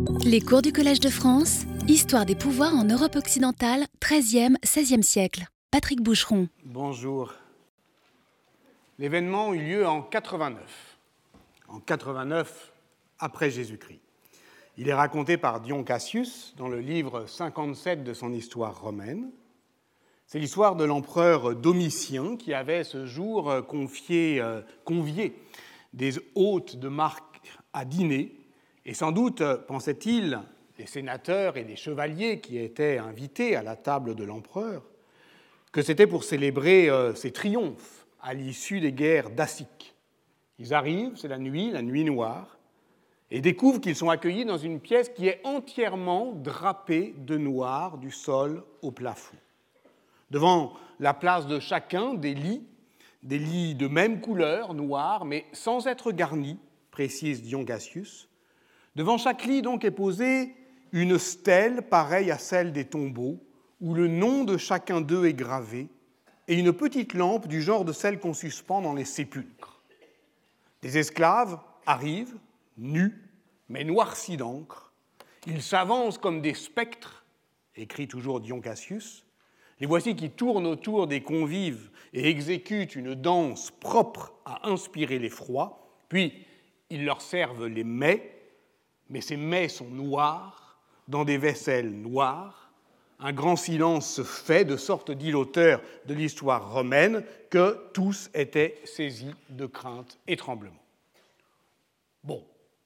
Les cours du Collège de France, Histoire des pouvoirs en Europe occidentale, 13e, 16e siècle. Patrick Boucheron. Bonjour. L'événement eut lieu en 89. En 89, après Jésus-Christ. Il est raconté par Dion Cassius dans le livre 57 de son histoire romaine. C'est l'histoire de l'empereur Domitien qui avait ce jour convié des hôtes de marque à dîner. Et sans doute, pensait-il, les sénateurs et les chevaliers qui étaient invités à la table de l'empereur, que c'était pour célébrer ses triomphes à l'issue des guerres daciques. Ils arrivent, c'est la nuit noire, et découvrent qu'ils sont accueillis dans une pièce qui est entièrement drapée de noir du sol au plafond. Devant la place de chacun, des lits de même couleur, noirs, mais sans être garnis, précise Dion Cassius. Devant chaque lit, donc, est posée une stèle pareille à celle des tombeaux, où le nom de chacun d'eux est gravé, et une petite lampe du genre de celle qu'on suspend dans les sépulcres. Des esclaves arrivent, nus, mais noircis d'encre. Ils s'avancent comme des spectres, écrit toujours Dion Cassius. Les voici qui tournent autour des convives et exécutent une danse propre à inspirer l'effroi, puis ils leur servent les mets, mais ces mets sont noirs, dans des vaisselles noires. Un grand silence se fait, de sorte, dit l'auteur de l'histoire romaine, que tous étaient saisis de crainte et tremblement. Bon,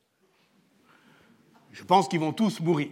je pense qu'ils vont tous mourir.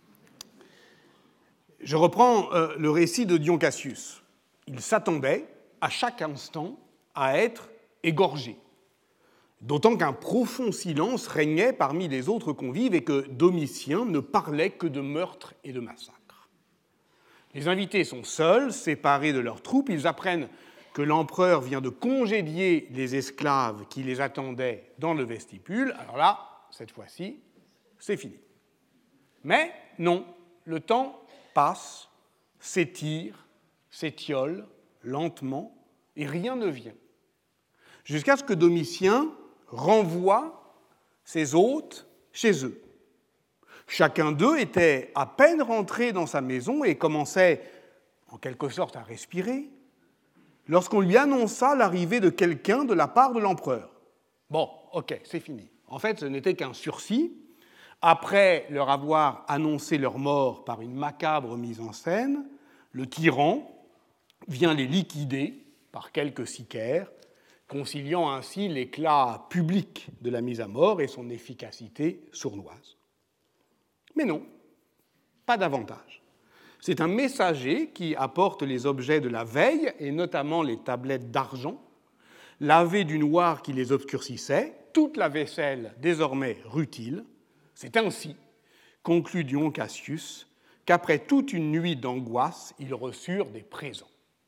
Je reprends le récit de Dion Cassius. Il s'attendait à chaque instant à être égorgé, d'autant qu'un profond silence régnait parmi les autres convives et que Domitien ne parlait que de meurtres et de massacres. Les invités sont seuls, séparés de leurs troupes. Ils apprennent que l'empereur vient de congédier les esclaves qui les attendaient dans le vestibule. Alors là, cette fois-ci, c'est fini. Mais non, le temps passe, s'étire, s'étiole lentement, et rien ne vient. Jusqu'à ce que Domitien renvoie ses hôtes chez eux. Chacun d'eux était à peine rentré dans sa maison et commençait, en quelque sorte, à respirer, lorsqu'on lui annonça l'arrivée de quelqu'un de la part de l'empereur. Bon, ok, c'est fini. En fait, ce n'était qu'un sursis. Après leur avoir annoncé leur mort par une macabre mise en scène, le tyran vient les liquider par quelques sicaires, conciliant ainsi l'éclat public de la mise à mort et son efficacité sournoise. Mais non, pas davantage. C'est un messager qui apporte les objets de la veille, et notamment les tablettes d'argent, lavées du noir qui les obscurcissait, toute la vaisselle désormais rutile. C'est ainsi, conclut Dion Cassius, qu'après toute une nuit d'angoisse, ils reçurent des présents.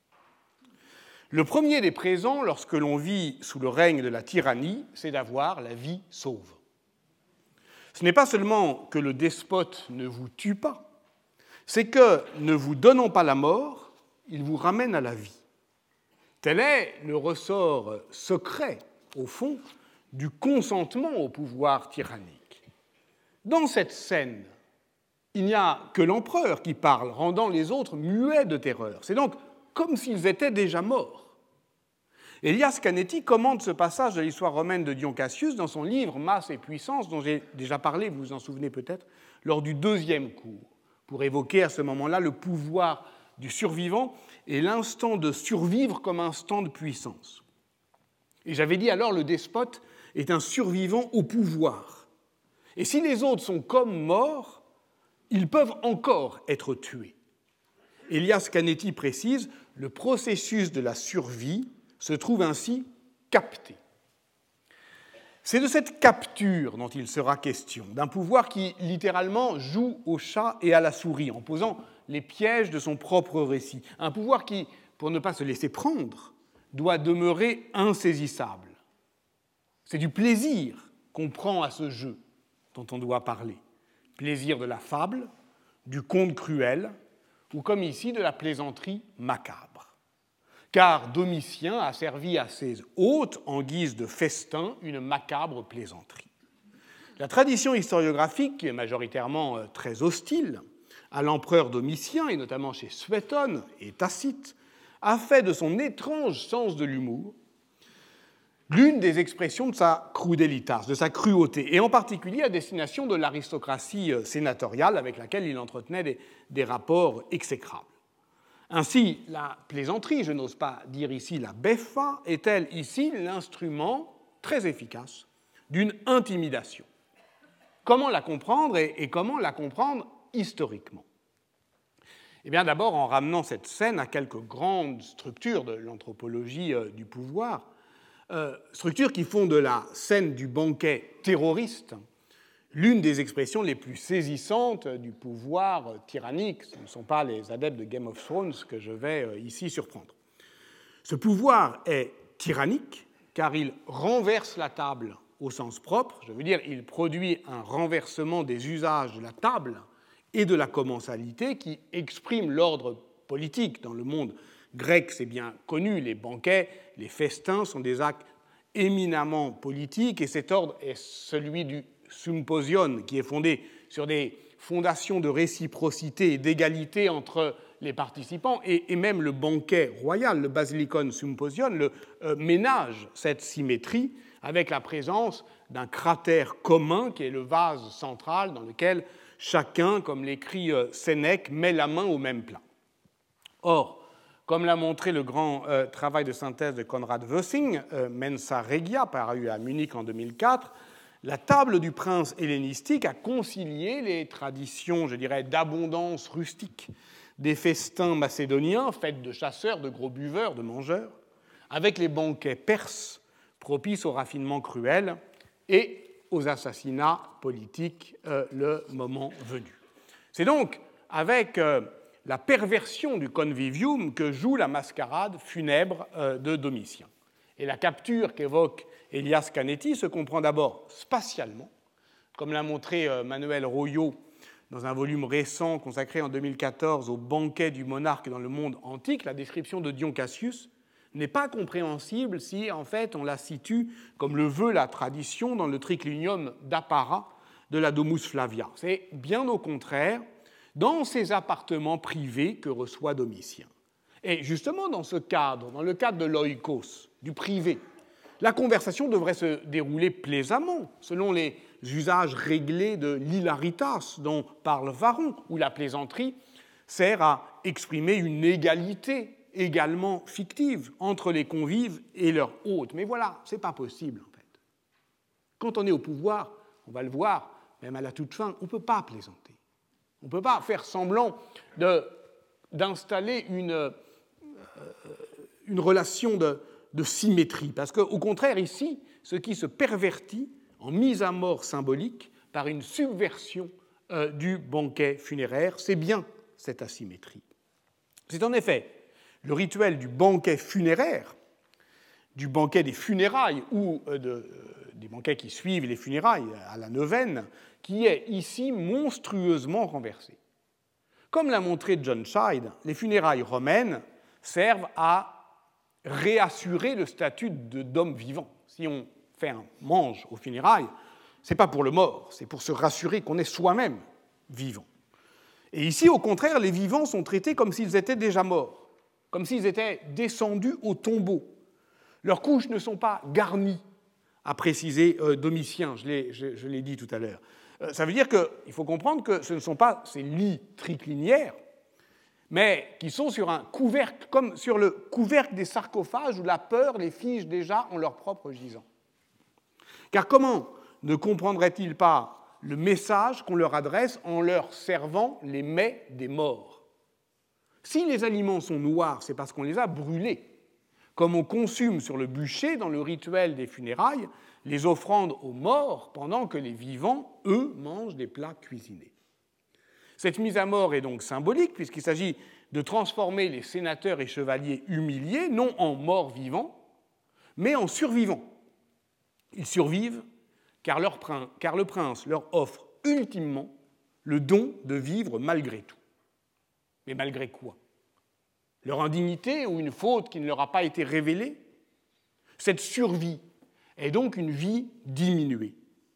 Le premier des présents, lorsque l'on vit sous le règne de la tyrannie, c'est d'avoir la vie sauve. Ce n'est pas seulement que le despote ne vous tue pas, c'est que, ne vous donnant pas la mort, il vous ramène à la vie. Tel est le ressort secret, au fond, du consentement au pouvoir tyrannique. Dans cette scène, il n'y a que l'empereur qui parle, rendant les autres muets de terreur. C'est donc comme s'ils étaient déjà morts. Elias Canetti commente ce passage de l'histoire romaine de Dion Cassius dans son livre « Masse et puissance », dont j'ai déjà parlé, vous vous en souvenez peut-être, lors du deuxième cours, pour évoquer à ce moment-là le pouvoir du survivant et l'instant de survivre comme instant de puissance. Et j'avais dit alors, le despote est un survivant au pouvoir. Et si les autres sont comme morts, ils peuvent encore être tués. Elias Canetti précise, le processus de la survie se trouve ainsi capté. C'est de cette capture dont il sera question, d'un pouvoir qui littéralement joue au chat et à la souris en posant les pièges de son propre récit. Un pouvoir qui, pour ne pas se laisser prendre, doit demeurer insaisissable. C'est du plaisir qu'on prend à ce jeu dont on doit parler. Plaisir de la fable, du conte cruel, ou comme ici, de la plaisanterie macabre. Car Domitien a servi à ses hôtes, en guise de festin, une macabre plaisanterie. La tradition historiographique, qui est majoritairement très hostile à l'empereur Domitien, et notamment chez Suétone et Tacite, a fait de son étrange sens de l'humour l'une des expressions de sa crudelitas, de sa cruauté, et en particulier à destination de l'aristocratie sénatoriale avec laquelle il entretenait des rapports exécrables. Ainsi, la plaisanterie, je n'ose pas dire ici la beffa, est-elle ici l'instrument très efficace d'une intimidation? Comment la comprendre et comment la comprendre historiquement? Eh bien, d'abord en ramenant cette scène à quelques grandes structures de l'anthropologie du pouvoir, structures qui font de la scène du banquet terroriste l'une des expressions les plus saisissantes du pouvoir tyrannique. Ce ne sont pas les adeptes de Game of Thrones que je vais ici surprendre. Ce pouvoir est tyrannique car il renverse la table au sens propre, je veux dire, il produit un renversement des usages de la table et de la commensalité qui exprime l'ordre politique dans le monde grec, c'est bien connu, les banquets, les festins sont des actes éminemment politiques et cet ordre est celui du symposion qui est fondé sur des fondations de réciprocité et d'égalité entre les participants et même le banquet royal, le Basilicon Symposion, ménage cette symétrie avec la présence d'un cratère commun qui est le vase central dans lequel chacun, comme l'écrit Sénèque, met la main au même plat. Or, comme l'a montré le grand travail de synthèse de Konrad Wössing, Mensa Regia, paru à Munich en 2004, la table du prince hellénistique a concilié les traditions, je dirais, d'abondance rustique des festins macédoniens, fêtes de chasseurs, de gros buveurs, de mangeurs, avec les banquets perses propices au raffinement cruel et aux assassinats politiques le moment venu. C'est donc avec la perversion du convivium que joue la mascarade funèbre de Domitien. Et la capture qu'évoque Elias Canetti se comprend d'abord spatialement, comme l'a montré Manuel Royo dans un volume récent consacré en 2014 au banquet du monarque dans le monde antique. La description de Dion Cassius n'est pas compréhensible si, en fait, on la situe, comme le veut la tradition, dans le triclinium d'Apara de la Domus Flavia. C'est bien au contraire dans ces appartements privés que reçoit Domitien. Et justement, dans ce cadre, dans le cadre de l'oikos, du privé, la conversation devrait se dérouler plaisamment, selon les usages réglés de l'hilaritas dont parle Varron, où la plaisanterie sert à exprimer une égalité également fictive entre les convives et leurs hôtes. Mais voilà, ce n'est pas possible, en fait. Quand on est au pouvoir, on va le voir, même à la toute fin, on ne peut pas plaisanter. On ne peut pas faire semblant d'installer une relation de symétrie, parce qu'au contraire, ici, ce qui se pervertit en mise à mort symbolique par une subversion du banquet funéraire, c'est bien cette asymétrie. C'est en effet le rituel du banquet funéraire, du banquet des funérailles ou des banquets qui suivent les funérailles à la neuvaine, qui est ici monstrueusement renversé. Comme l'a montré John Scheid, les funérailles romaines servent à réassurer le statut d'homme vivant. Si on fait un mange aux funérailles, ce n'est pas pour le mort, c'est pour se rassurer qu'on est soi-même vivant. Et ici, au contraire, les vivants sont traités comme s'ils étaient déjà morts, comme s'ils étaient descendus au tombeau. Leurs couches ne sont pas garnies, a précisé Domitien, je l'ai dit tout à l'heure. Ça veut dire qu'il faut comprendre que ce ne sont pas ces lits tricliniaires, mais qui sont sur un couvercle, comme sur le couvercle des sarcophages où la peur les fige déjà en leur propre gisant. Car comment ne comprendraient-ils pas le message qu'on leur adresse en leur servant les mets des morts? Si les aliments sont noirs, c'est parce qu'on les a brûlés, comme on consume sur le bûcher dans le rituel des funérailles les offrandes aux morts pendant que les vivants, eux, mangent des plats cuisinés. Cette mise à mort est donc symbolique puisqu'il s'agit de transformer les sénateurs et chevaliers humiliés non en morts vivants, mais en survivants. Ils survivent car le prince leur offre ultimement le don de vivre malgré tout. Mais malgré quoi? Leur indignité ou une faute qui ne leur a pas été révélée? Cette survie est donc une vie diminuée.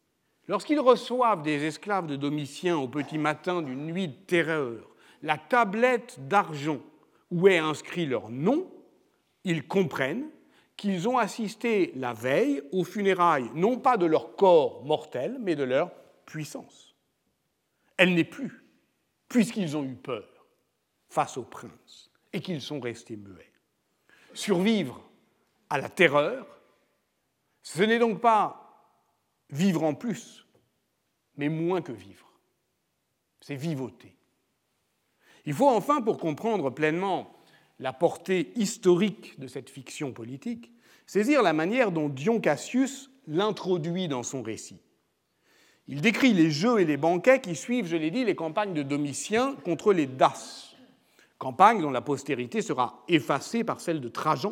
lorsqu'ils reçoivent des esclaves de Domitien au petit matin d'une nuit de terreur la tablette d'argent où est inscrit leur nom, ils comprennent qu'ils ont assisté la veille aux funérailles, non pas de leur corps mortel, mais de leur puissance. Elle n'est plus, puisqu'ils ont eu peur face au prince et qu'ils sont restés muets. Survivre à la terreur, ce n'est donc pas vivre en plus, mais moins que vivre. C'est vivoter. Il faut enfin, pour comprendre pleinement la portée historique de cette fiction politique, saisir la manière dont Dion Cassius l'introduit dans son récit. Il décrit les jeux et les banquets qui suivent, je l'ai dit, les campagnes de Domitien contre les Daces, campagne dont la postérité sera effacée par celle de Trajan,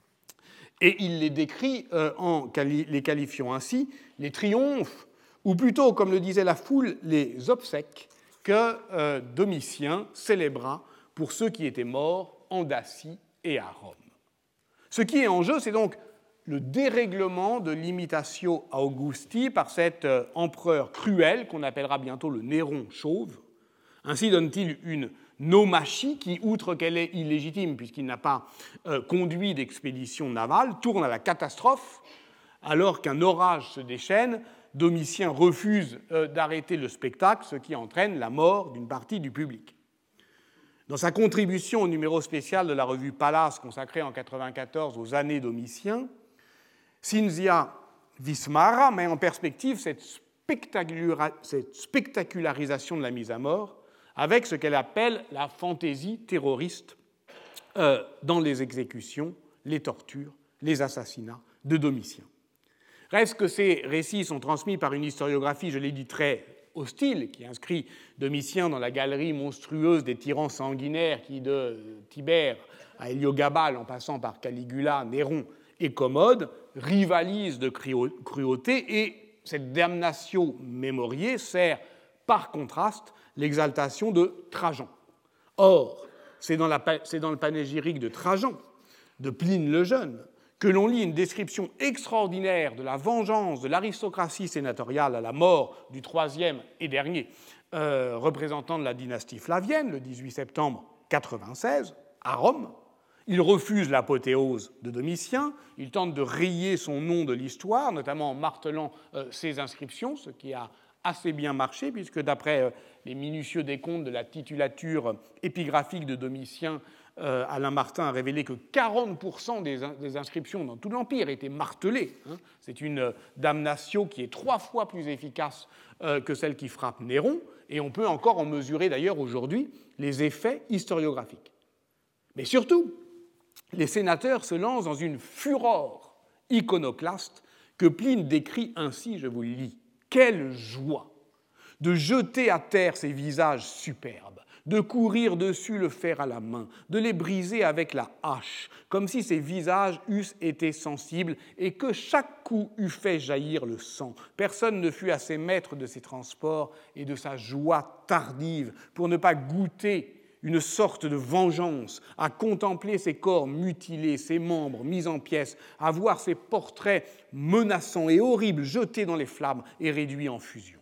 et il les décrit en les qualifiant ainsi les triomphes, ou plutôt, comme le disait la foule, les obsèques que Domitien célébra pour ceux qui étaient morts en Dacie et à Rome. Ce qui est en jeu, c'est donc le dérèglement de l'imitatio Augusti par cet empereur cruel qu'on appellera bientôt le Néron chauve. Ainsi donne-t-il une nomachie qui, outre qu'elle est illégitime puisqu'il n'a pas conduit d'expédition navale, tourne à la catastrophe. Alors qu'un orage se déchaîne, Domitien refuse d'arrêter le spectacle, ce qui entraîne la mort d'une partie du public. Dans sa contribution au numéro spécial de la revue Pallas consacrée en 1994 aux années Domitien, Cinzia Wismara met en perspective cette spectacularisation de la mise à mort avec ce qu'elle appelle la fantaisie terroriste dans les exécutions, les tortures, les assassinats de Domitien. Reste que ces récits sont transmis par une historiographie, je l'ai dit, très hostile, qui inscrit Domitien dans la galerie monstrueuse des tyrans sanguinaires qui, de Tibère à Héliogabale, en passant par Caligula, Néron et Commode, rivalisent de cruauté, et cette damnatio memoriae sert par contraste l'exaltation de Trajan. Or, c'est dans le panégyrique de Trajan, de Pline le Jeune, que l'on lit une description extraordinaire de la vengeance de l'aristocratie sénatoriale à la mort du troisième et dernier représentant de la dynastie flavienne, le 18 septembre 96, à Rome. Il refuse l'apothéose de Domitien, il tente de rayer son nom de l'histoire, notamment en martelant ses inscriptions, ce qui a assez bien marché, puisque d'après les minutieux décomptes de la titulature épigraphique de Domitien, Alain Martin a révélé que 40% des inscriptions dans tout l'Empire étaient martelées. C'est une damnatio qui est 3 fois plus efficace que celle qui frappe Néron, et on peut encore en mesurer d'ailleurs aujourd'hui les effets historiographiques. Mais surtout, les sénateurs se lancent dans une fureur iconoclaste que Pline décrit ainsi, je vous le lis. Quelle joie de jeter à terre ces visages superbes, de courir dessus le fer à la main, de les briser avec la hache, comme si ces visages eussent été sensibles et que chaque coup eût fait jaillir le sang. Personne ne fut assez maître de ses transports et de sa joie tardive pour ne pas goûter une sorte de vengeance, à contempler ses corps mutilés, ses membres mis en pièces, à voir ses portraits menaçants et horribles jetés dans les flammes et réduits en fusion.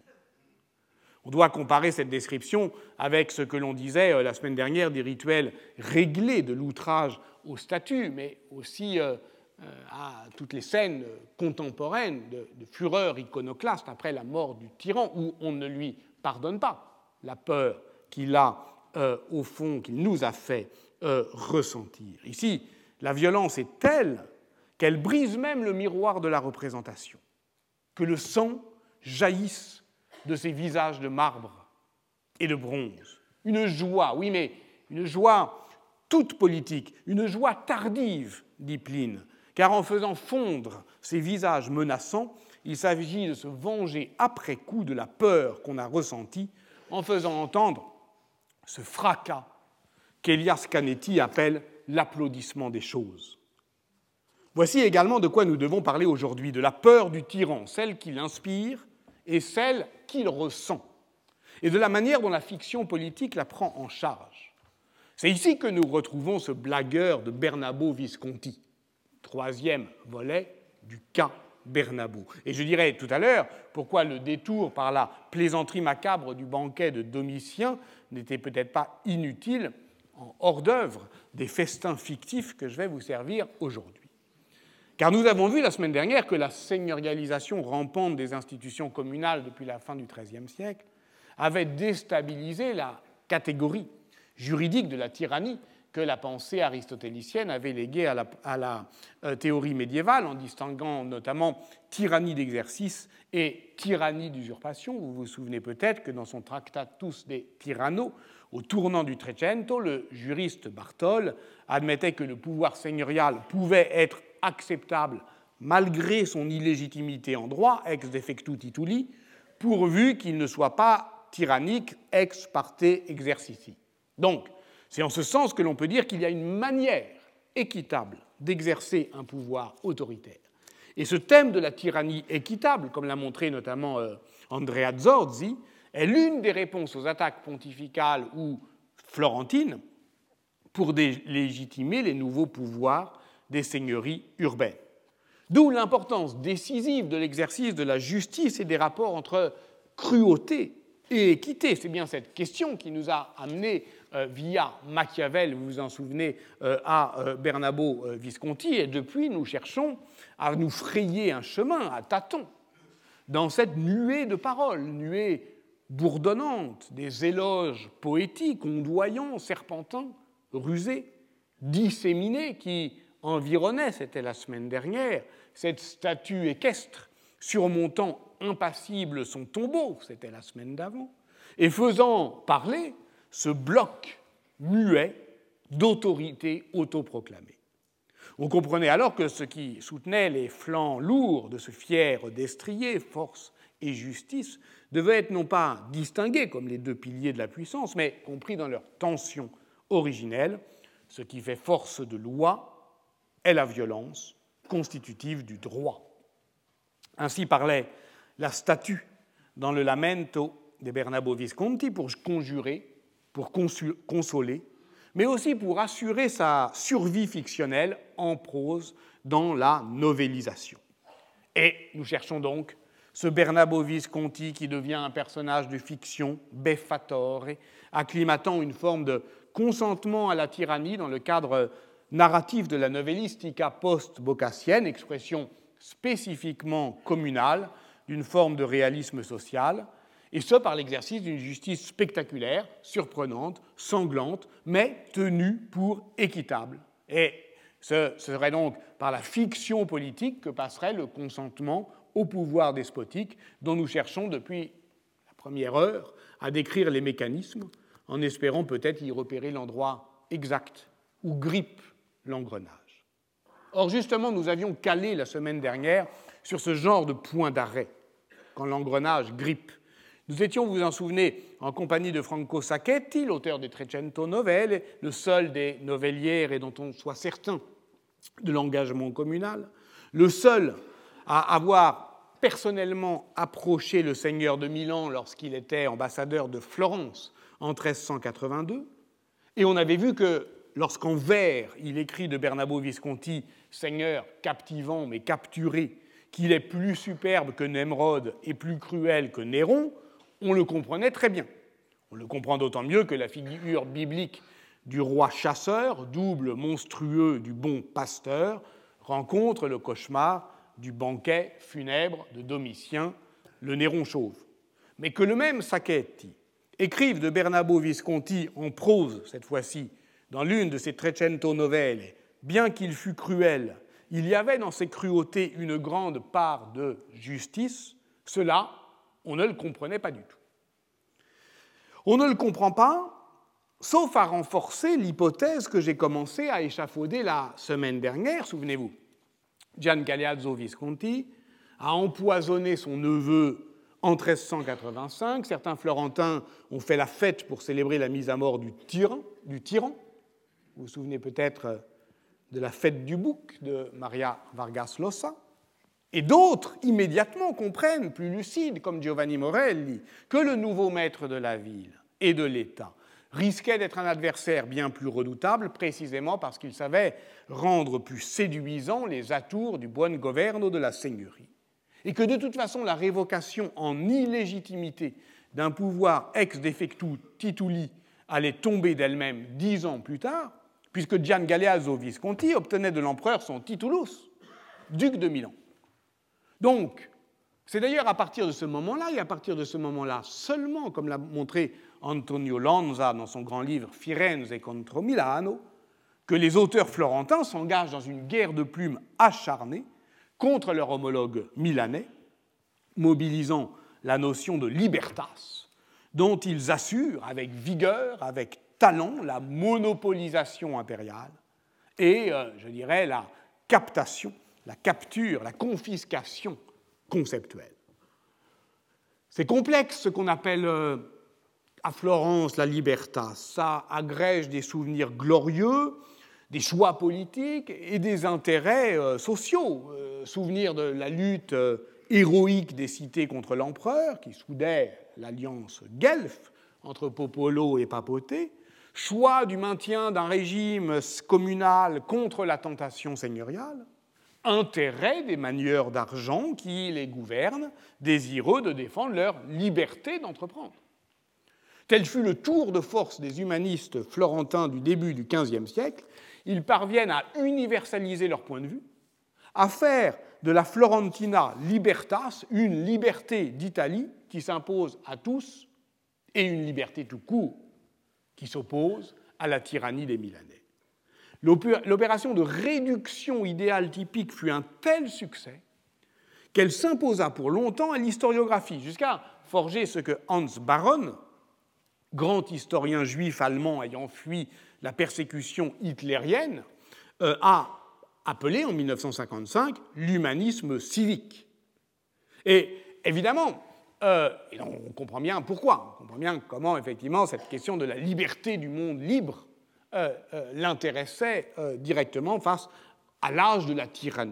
On doit comparer cette description avec ce que l'on disait la semaine dernière des rituels réglés de l'outrage aux statues, mais aussi à toutes les scènes contemporaines de fureur iconoclaste après la mort du tyran, où on ne lui pardonne pas la peur qu'il a au fond, qu'il nous a fait ressentir. Ici, la violence est telle qu'elle brise même le miroir de la représentation, que le sang jaillisse de ces visages de marbre et de bronze. Une joie, oui, mais une joie toute politique, une joie tardive, dit Pline, car en faisant fondre ces visages menaçants, il s'agit de se venger après coup de la peur qu'on a ressentie en faisant entendre ce fracas qu'Elias Canetti appelle l'applaudissement des choses. Voici également de quoi nous devons parler aujourd'hui, de la peur du tyran, celle qu'il inspire et celle qu'il ressent, et de la manière dont la fiction politique la prend en charge. C'est ici que nous retrouvons ce blagueur de Bernabo Visconti, troisième volet du cas Bernabo. Et je dirais tout à l'heure pourquoi le détour par la plaisanterie macabre du banquet de Domitien n'était peut-être pas inutile en hors d'œuvre des festins fictifs que je vais vous servir aujourd'hui. Car nous avons vu la semaine dernière que la seigneurialisation rampante des institutions communales depuis la fin du XIIIe siècle avait déstabilisé la catégorie juridique de la tyrannie que la pensée aristotélicienne avait léguée à la théorie médiévale, en distinguant notamment tyrannie d'exercice et tyrannie d'usurpation. Vous vous souvenez peut-être que dans son Tractatus de Tyranno, au tournant du Trecento, le juriste Bartol admettait que le pouvoir seigneurial pouvait être acceptable malgré son illégitimité en droit, ex defectu tituli, pourvu qu'il ne soit pas tyrannique ex parte exercitii. Donc, c'est en ce sens que l'on peut dire qu'il y a une manière équitable d'exercer un pouvoir autoritaire. Et ce thème de la tyrannie équitable, comme l'a montré notamment Andrea Zorzi, est l'une des réponses aux attaques pontificales ou florentines pour délégitimer les nouveaux pouvoirs des seigneuries urbaines. D'où l'importance décisive de l'exercice de la justice et des rapports entre cruauté et équité. C'est bien cette question qui nous a amenés via Machiavel, vous vous en souvenez, à Bernabo Visconti, et depuis nous cherchons à nous frayer un chemin à tâtons dans cette nuée de paroles, nuée bourdonnante, des éloges poétiques, ondoyants, serpentins, rusés, disséminés, qui environnaient, c'était la semaine dernière, cette statue équestre surmontant impassible son tombeau, c'était la semaine d'avant, et faisant parler ce bloc muet d'autorité autoproclamée. On comprenait alors que ce qui soutenait les flancs lourds de ce fier destrier, force et justice, devait être non pas distingué comme les deux piliers de la puissance, mais compris dans leur tension originelle. Ce qui fait force de loi est la violence constitutive du droit. Ainsi parlait la statue dans le Lamento de Bernabo Visconti pour conjurer, pour consoler, mais aussi pour assurer sa survie fictionnelle en prose dans la novélisation. Et nous cherchons donc ce Bernabo Visconti qui devient un personnage de fiction, beffatore, acclimatant une forme de consentement à la tyrannie dans le cadre narratif de la novellistica post-bocassienne, expression spécifiquement communale d'une forme de réalisme social, et ce par l'exercice d'une justice spectaculaire, surprenante, sanglante, mais tenue pour équitable. Et ce serait donc par la fiction politique que passerait le consentement au pouvoir despotique dont nous cherchons depuis la première heure à décrire les mécanismes, en espérant peut-être y repérer l'endroit exact où grippe l'engrenage. Or, justement, nous avions calé la semaine dernière sur ce genre de point d'arrêt, quand l'engrenage grippe. Nous étions, vous vous en souvenez, en compagnie de Franco Sacchetti, l'auteur des Trecento Novelle, le seul des novellières et dont on soit certain de l'engagement communal, le seul à avoir personnellement approché le seigneur de Milan lorsqu'il était ambassadeur de Florence en 1382, et on avait vu que lorsqu'en vers il écrit de Bernabo Visconti, seigneur captivant mais capturé, qu'il est plus superbe que Nemrod et plus cruel que Néron, on le comprenait très bien. On le comprend d'autant mieux que la figure biblique du roi chasseur, double monstrueux du bon pasteur, rencontre le cauchemar du banquet funèbre de Domitien, le Néron chauve. Mais que le même Sacchetti écrive de Bernabo Visconti en prose, cette fois-ci, dans l'une de ses Trecento Novelle, bien qu'il fût cruel, il y avait dans ses cruautés une grande part de justice, cela, on ne le comprenait pas du tout. On ne le comprend pas, sauf à renforcer l'hypothèse que j'ai commencé à échafauder la semaine dernière, souvenez-vous. Gian Galeazzo Visconti a empoisonné son neveu en 1385. Certains Florentins ont fait la fête pour célébrer la mise à mort du tyran. Vous vous souvenez peut-être de la fête du bouc de Maria Vargas Llosa. Et d'autres, immédiatement, comprennent, plus lucides, comme Giovanni Morelli, que le nouveau maître de la ville et de l'État risquait d'être un adversaire bien plus redoutable, précisément parce qu'il savait rendre plus séduisants les atours du buon governo de la seigneurie. et que de toute façon la révocation en illégitimité d'un pouvoir ex defectu tituli allait tomber d'elle-même 10 ans plus tard, puisque Gian Galeazzo Visconti obtenait de l'empereur son titulus, duc de Milan. Donc, c'est d'ailleurs à partir de ce moment-là, et à partir de ce moment-là seulement, comme l'a montré Antonio Lanza dans son grand livre Firenze contro Milano, que les auteurs florentins s'engagent dans une guerre de plumes acharnée contre leur homologue milanais, mobilisant la notion de libertas, dont ils assurent avec vigueur, avec talent, la monopolisation impériale et, je dirais, la captation, la capture, la confiscation conceptuelle. C'est complexe ce qu'on appelle à Florence la libertas. Ça agrège des souvenirs glorieux, des choix politiques et des intérêts sociaux. Souvenir de la lutte héroïque des cités contre l'empereur, qui soudait l'alliance guelfe entre popolo et papauté, choix du maintien d'un régime communal contre la tentation seigneuriale, intérêt des manieurs d'argent qui les gouvernent, désireux de défendre leur liberté d'entreprendre. Tel fut le tour de force des humanistes florentins du début du XVe siècle. Ils parviennent à universaliser leur point de vue, à faire de la Florentina libertas une liberté d'Italie qui s'impose à tous et une liberté tout court qui s'oppose à la tyrannie des Milanais. L'opération de réduction idéale typique fut un tel succès qu'elle s'imposa pour longtemps à l'historiographie, jusqu'à forger ce que Hans Baron, grand historien juif allemand ayant fui la persécution hitlérienne, a appelé en 1955 l'humanisme civique. Et évidemment, et on comprend bien pourquoi, on comprend bien comment effectivement cette question de la liberté du monde libre l'intéressait directement face à l'âge de la tyrannie.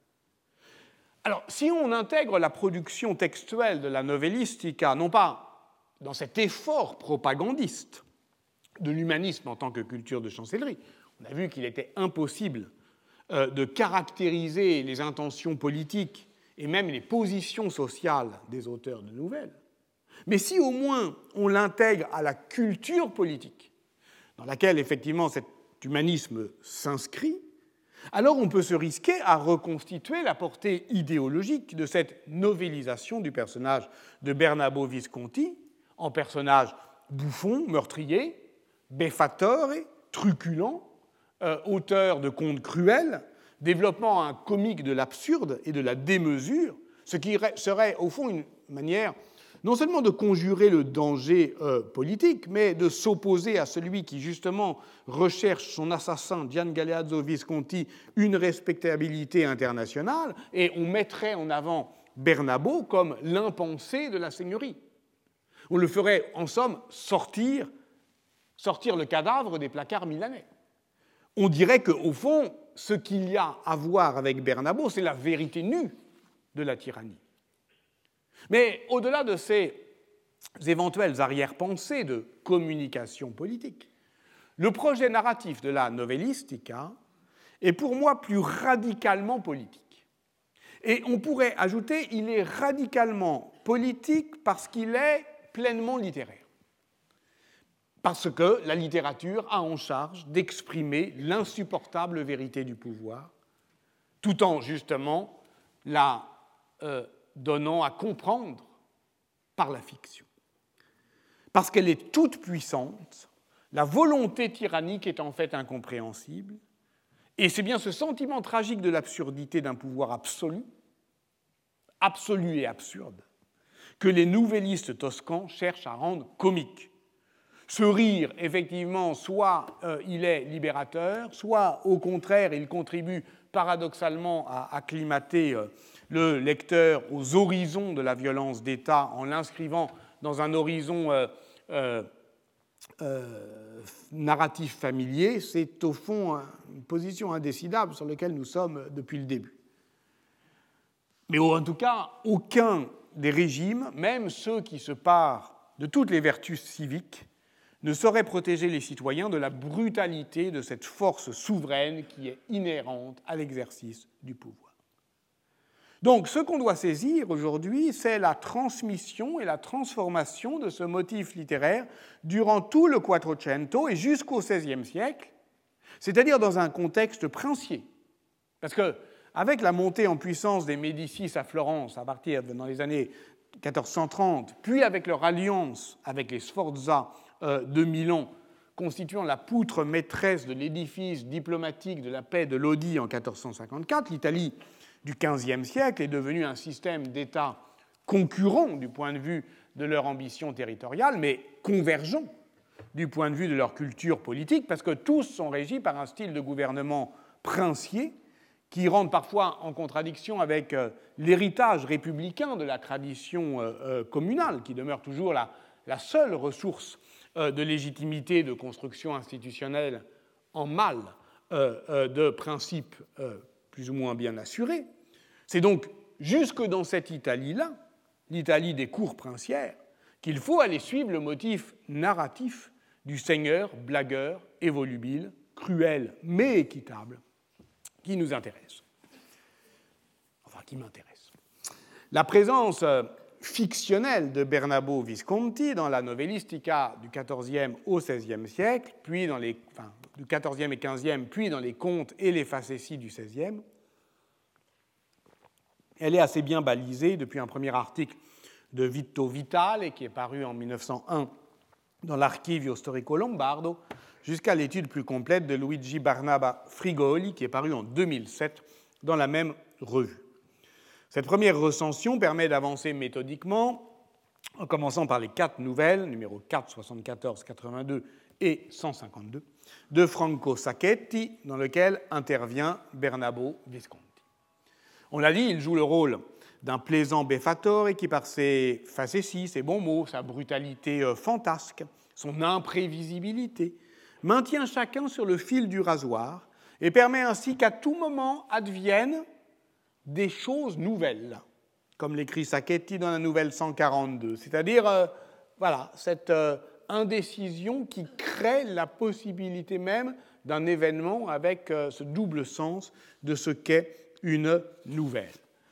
Alors, si on intègre la production textuelle de la Novellistica, non pas dans cet effort propagandiste de l'humanisme en tant que culture de chancellerie, on a vu qu'il était impossible de caractériser les intentions politiques et même les positions sociales des auteurs de nouvelles, mais si au moins on l'intègre à la culture politique, dans laquelle effectivement cet humanisme s'inscrit, alors on peut se risquer à reconstituer la portée idéologique de cette novélisation du personnage de Bernabo Visconti en personnage bouffon, meurtrier, beffatore, truculent, auteur de contes cruels, développant un comique de l'absurde et de la démesure, ce qui serait au fond une manière non seulement de conjurer le danger politique, mais de s'opposer à celui qui, justement, recherche son assassin, Gian Galeazzo Visconti, une respectabilité internationale, et on mettrait en avant Bernabo comme l'impensé de la seigneurie. On le ferait, en somme, sortir le cadavre des placards milanais. On dirait qu'au fond, ce qu'il y a à voir avec Bernabo, c'est la vérité nue de la tyrannie. Mais au-delà de ces éventuelles arrière-pensées de communication politique, le projet narratif de la Novellistica est pour moi plus radicalement politique. Et on pourrait ajouter, il est radicalement politique parce qu'il est pleinement littéraire. Parce que la littérature a en charge d'exprimer l'insupportable vérité du pouvoir, tout en justement la donnant à comprendre par la fiction. Parce qu'elle est toute puissante, la volonté tyrannique est en fait incompréhensible, et c'est bien ce sentiment tragique de l'absurdité d'un pouvoir absolu et absurde, que les nouvellistes toscans cherchent à rendre comique. Ce rire, effectivement, soit il est libérateur, soit au contraire, il contribue paradoxalement à acclimater le lecteur aux horizons de la violence d'État en l'inscrivant dans un horizon narratif familier. C'est au fond une position indécidable sur laquelle nous sommes depuis le début. Mais en tout cas, aucun des régimes, même ceux qui se parent de toutes les vertus civiques, ne saurait protéger les citoyens de la brutalité de cette force souveraine qui est inhérente à l'exercice du pouvoir. Donc, ce qu'on doit saisir aujourd'hui, c'est la transmission et la transformation de ce motif littéraire durant tout le Quattrocento et jusqu'au XVIe siècle, c'est-à-dire dans un contexte princier. Parce qu'avec la montée en puissance des Médicis à Florence, à partir dans les années 1430, puis avec leur alliance avec les Sforza de Milan, constituant la poutre maîtresse de l'édifice diplomatique de la paix de Lodi en 1454, l'Italie du XVe siècle est devenue un système d'États concurrents du point de vue de leur ambition territoriale, mais convergents du point de vue de leur culture politique, parce que tous sont régis par un style de gouvernement princier qui rentre parfois en contradiction avec l'héritage républicain de la tradition communale, qui demeure toujours la seule ressource de légitimité de construction institutionnelle en mal de principes plus ou moins bien assurés. C'est donc jusque dans cette Italie-là, l'Italie des cours princières, qu'il faut aller suivre le motif narratif du seigneur blagueur et volubile, cruel mais équitable, qui nous intéresse. Enfin, qui m'intéresse. La présence fictionnelle de Bernabo Visconti dans la novellistica du XIVe au XVIe siècle, puis du XIVe et XVe, puis dans les contes et les facéties du XVIe, elle est assez bien balisée depuis un premier article de Vitto Vitale, qui est paru en 1901 dans l'Archivio Storico Lombardo, jusqu'à l'étude plus complète de Luigi Barnaba Frigoli, qui est paru en 2007 dans la même revue. Cette première recension permet d'avancer méthodiquement, en commençant par les 4 nouvelles, numéros 4, 74, 82 et 152, de Franco Sacchetti, dans lequel intervient Bernabo Visconti. On l'a dit, il joue le rôle d'un plaisant beffatore qui, par ses facéties, ses bons mots, sa brutalité fantasque, son imprévisibilité, maintient chacun sur le fil du rasoir et permet ainsi qu'à tout moment adviennent des choses nouvelles, comme l'écrit Sacchetti dans la nouvelle 142, c'est-à-dire cette indécision qui crée la possibilité même d'un événement avec ce double sens de ce qu'est une nouvelle.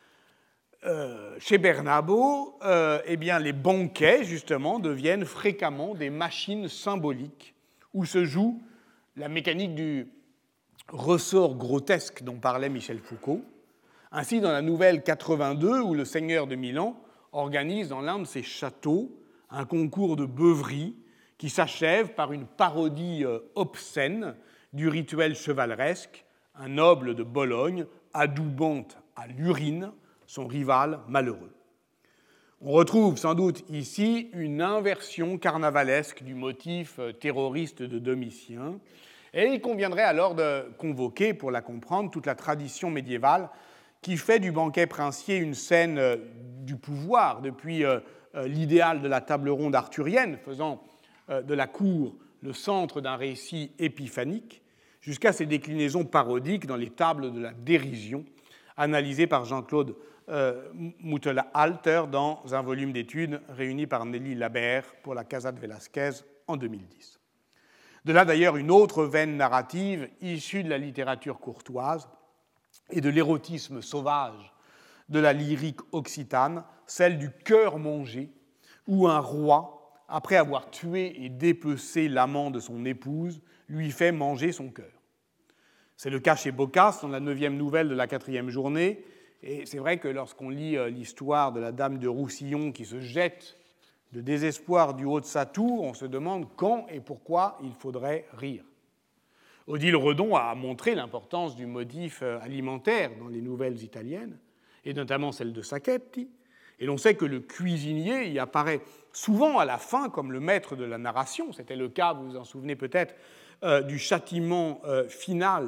Chez Bernabo, les banquets, justement, deviennent fréquemment des machines symboliques où se joue la mécanique du ressort grotesque dont parlait Michel Foucault. Ainsi, dans la nouvelle 82, où le seigneur de Milan organise dans l'un de ses châteaux un concours de beuverie qui s'achève par une parodie obscène du rituel chevaleresque, un noble de Bologne adoubant à l'urine son rival malheureux. On retrouve sans doute ici une inversion carnavalesque du motif terroriste de Domitien, et il conviendrait alors de convoquer, pour la comprendre, toute la tradition médiévale qui fait du banquet princier une scène du pouvoir, depuis l'idéal de la table ronde arthurienne, faisant de la cour le centre d'un récit épiphanique, jusqu'à ses déclinaisons parodiques dans les tables de la dérision, analysées par Jean-Claude Muttela-Alter dans un volume d'études réuni par Nelly Labert pour la Casa de Velázquez en 2010. De là d'ailleurs une autre veine narrative issue de la littérature courtoise et de l'érotisme sauvage de la lyrique occitane, celle du cœur mangé, où un roi, après avoir tué et dépecé l'amant de son épouse, lui fait manger son cœur. C'est le cas chez Boccace, dans la 9e nouvelle de la 4e journée, et c'est vrai que lorsqu'on lit l'histoire de la dame de Roussillon qui se jette de désespoir du haut de sa tour, on se demande quand et pourquoi il faudrait rire. Odile Redon a montré l'importance du motif alimentaire dans les nouvelles italiennes, et notamment celle de Sacchetti, et l'on sait que le cuisinier y apparaît souvent à la fin comme le maître de la narration. C'était le cas, vous vous en souvenez peut-être, du châtiment final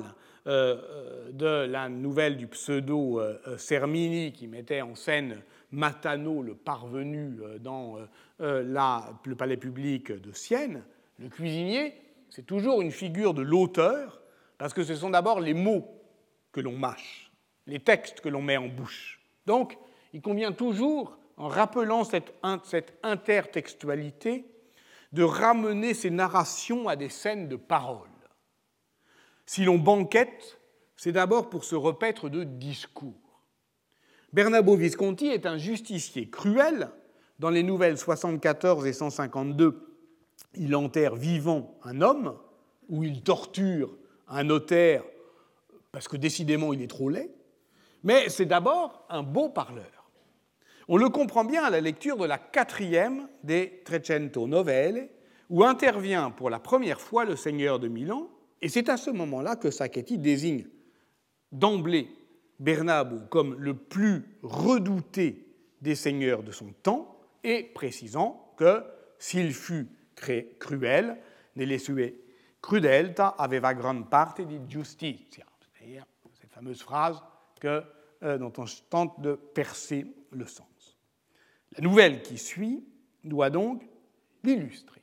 de la nouvelle du pseudo Sermini qui mettait en scène Matano, le parvenu, dans le palais public de Sienne. Le cuisinier, c'est toujours une figure de l'auteur, parce que ce sont d'abord les mots que l'on mâche, les textes que l'on met en bouche. Donc, il convient toujours, en rappelant cette intertextualité, de ramener ces narrations à des scènes de parole. Si l'on banquette, c'est d'abord pour se repaître de discours. Bernabo Visconti est un justicier cruel. Dans les nouvelles 74 et 152, il enterre vivant un homme, ou il torture un notaire parce que décidément il est trop laid. Mais c'est d'abord un beau parleur. On le comprend bien à la lecture de la 4e des Trecento Novelle, où intervient pour la première fois le seigneur de Milan, et c'est à ce moment-là que Sacchetti désigne d'emblée Bernabo comme le plus redouté des seigneurs de son temps, et précisant que s'il fut cruel, nelle sue crudeltà aveva gran parte di giustizia, c'est-à-dire cette fameuse phrase dont on tente de percer le sens. La nouvelle qui suit doit donc l'illustrer.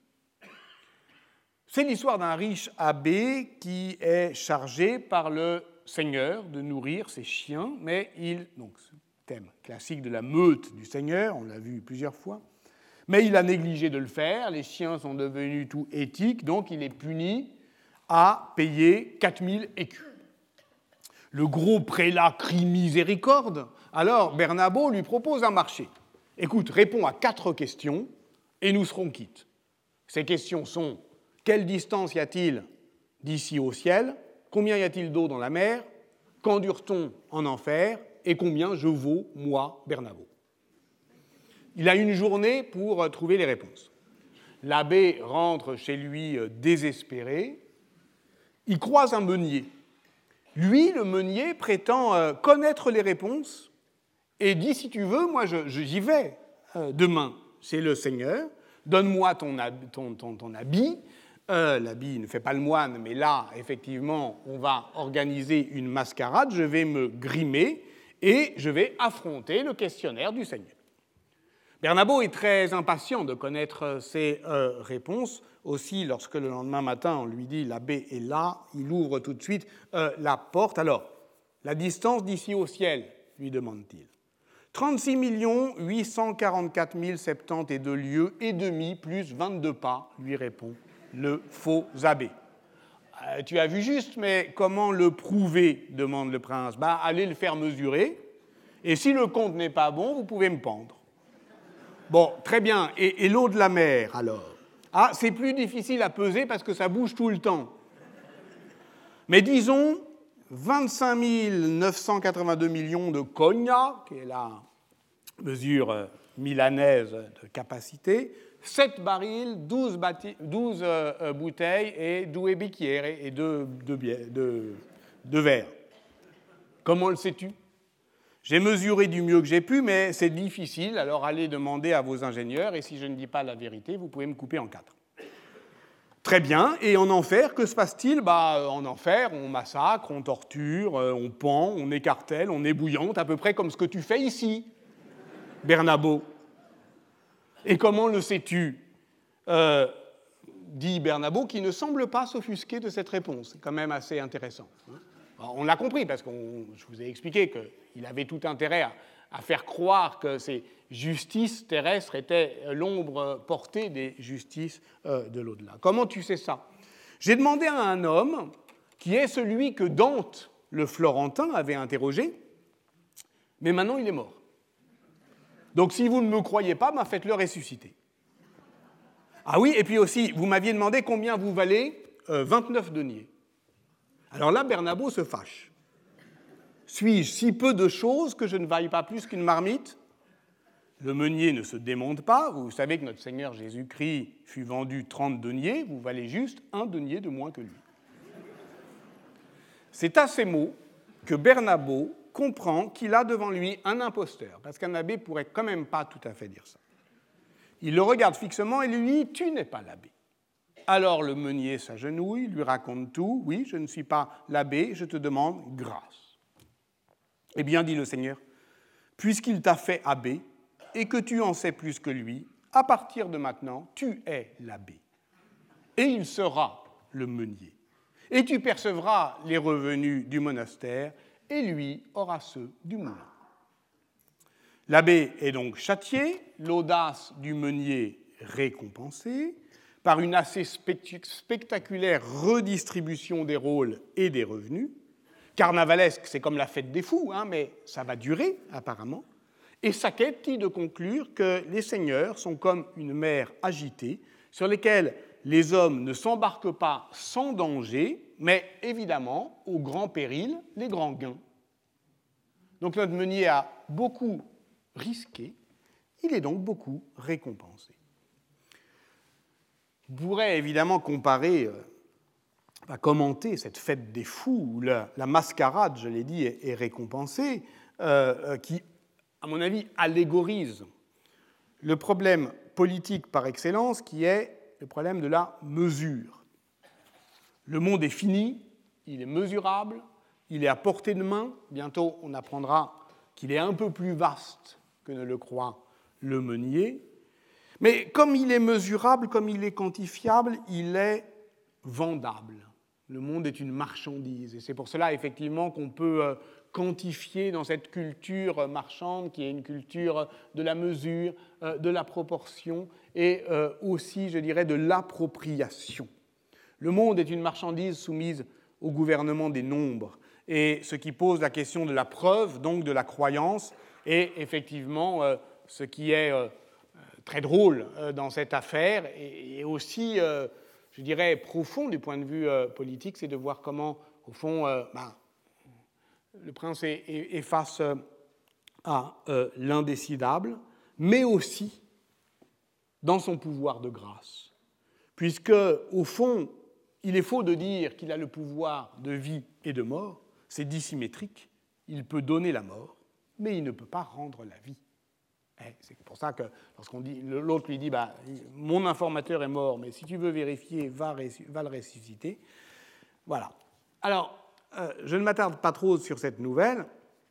C'est l'histoire d'un riche abbé qui est chargé par le seigneur de nourrir ses chiens, mais donc ce thème classique de la meute du seigneur, on l'a vu plusieurs fois, mais il a négligé de le faire, les chiens sont devenus tout éthiques, donc il est puni à payer 4000 écus. Le gros prélat crie miséricorde, alors Bernabo lui propose un marché. Écoute, réponds à 4 questions et nous serons quittes. Ces questions sont: quelle distance y a-t-il d'ici au ciel? Combien y a-t-il d'eau dans la mer? Quand dure-t-on en enfer? Et combien je vaux, moi, Bernabo? Il a une journée pour trouver les réponses. L'abbé rentre chez lui désespéré. Il croise un meunier. Lui, le meunier, prétend connaître les réponses et dit: si tu veux, moi j'y vais demain. C'est le Seigneur. Donne-moi ton habit. L'habit ne fait pas le moine, mais là, effectivement, on va organiser une mascarade. Je vais me grimer et je vais affronter le questionnaire du Seigneur. Bernabo est très impatient de connaître ses réponses. Aussi, lorsque le lendemain matin, on lui dit « l'abbé est là », il ouvre tout de suite la porte. Alors, la distance d'ici au ciel, lui demande-t-il. 36 844 072 lieues et demi plus 22 pas, lui répond le faux abbé. Tu as vu juste, mais comment le prouver, demande le prince. Allez le faire mesurer, et si le compte n'est pas bon, vous pouvez me pendre. Bon, très bien. Et l'eau de la mer, alors? C'est plus difficile à peser parce que ça bouge tout le temps. Mais disons 25 982 millions de cogna, qui est la mesure milanaise de capacité, 7 barils, 12 bouteilles et 2 bicchiere et 2 verres. Comment le sais-tu? J'ai mesuré du mieux que j'ai pu, mais c'est difficile, alors allez demander à vos ingénieurs, et si je ne dis pas la vérité, vous pouvez me couper en 4. Très bien, et en enfer, que se passe-t-il? En enfer, on massacre, on torture, on pend, on écartèle, on ébouillante, à peu près comme ce que tu fais ici, Bernabo. Et comment le sais-tu? Dit Bernabo, qui ne semble pas s'offusquer de cette réponse. C'est quand même assez intéressant. Alors, on l'a compris, parce que je vous ai expliqué qu'il avait tout intérêt à faire croire que ces justices terrestres étaient l'ombre portée des justices de l'au-delà. Comment tu sais ça? J'ai demandé à un homme qui est celui que Dante, le Florentin, avait interrogé, mais maintenant il est mort. Donc si vous ne me croyez pas, faites-le ressusciter. Ah oui, et puis aussi, vous m'aviez demandé combien vous valez 29 deniers. Alors là, Bernabo se fâche. Suis-je si peu de choses que je ne vaille pas plus qu'une marmite? Le meunier ne se démonte pas. Vous savez que notre Seigneur Jésus-Christ fut vendu 30 deniers. Vous valez juste 1 denier de moins que lui. C'est à ces mots que Bernabo comprend qu'il a devant lui un imposteur, parce qu'un abbé ne pourrait quand même pas tout à fait dire ça. Il le regarde fixement et lui dit « Tu n'es pas l'abbé ». Alors le meunier s'agenouille, lui raconte tout. « Oui, je ne suis pas l'abbé, je te demande grâce. » Eh bien, dit le Seigneur, puisqu'il t'a fait abbé et que tu en sais plus que lui, à partir de maintenant, tu es l'abbé. Et il sera le meunier. Et tu percevras les revenus du monastère et lui aura ceux du moulin. L'abbé est donc châtié, l'audace du meunier récompensée, par une assez spectaculaire redistribution des rôles et des revenus. Carnavalesque, c'est comme la fête des fous, mais ça va durer, apparemment. et Sacchetti de conclure que les seigneurs sont comme une mer agitée sur laquelle les hommes ne s'embarquent pas sans danger, mais évidemment, au grand péril, les grands gains. Donc notre meunier a beaucoup risqué, il est donc beaucoup récompensé. On pourrait évidemment comparer, commenter cette fête des fous, où la mascarade, je l'ai dit, est récompensée, qui, à mon avis, allégorise le problème politique par excellence, qui est le problème de la mesure. Le monde est fini, il est mesurable, il est à portée de main. Bientôt, on apprendra qu'il est un peu plus vaste que ne le croit le meunier. Mais comme il est mesurable, comme il est quantifiable, il est vendable. Le monde est une marchandise. Et c'est pour cela, effectivement, qu'on peut quantifier dans cette culture marchande, qui est une culture de la mesure, de la proportion et aussi, je dirais, de l'appropriation. Le monde est une marchandise soumise au gouvernement des nombres, et ce qui pose la question de la preuve, donc de la croyance, et effectivement, ce qui est très drôle dans cette affaire, et aussi, je dirais, profond du point de vue politique, c'est de voir comment, au fond, le prince est face à l'indécidable, mais aussi dans son pouvoir de grâce. Puisque, au fond, il est faux de dire qu'il a le pouvoir de vie et de mort, c'est dissymétrique, il peut donner la mort, mais il ne peut pas rendre la vie. C'est pour ça que lorsqu'on dit, l'autre lui dit mon informateur est mort, mais si tu veux vérifier, va le ressusciter. Voilà. Alors, je ne m'attarde pas trop sur cette nouvelle,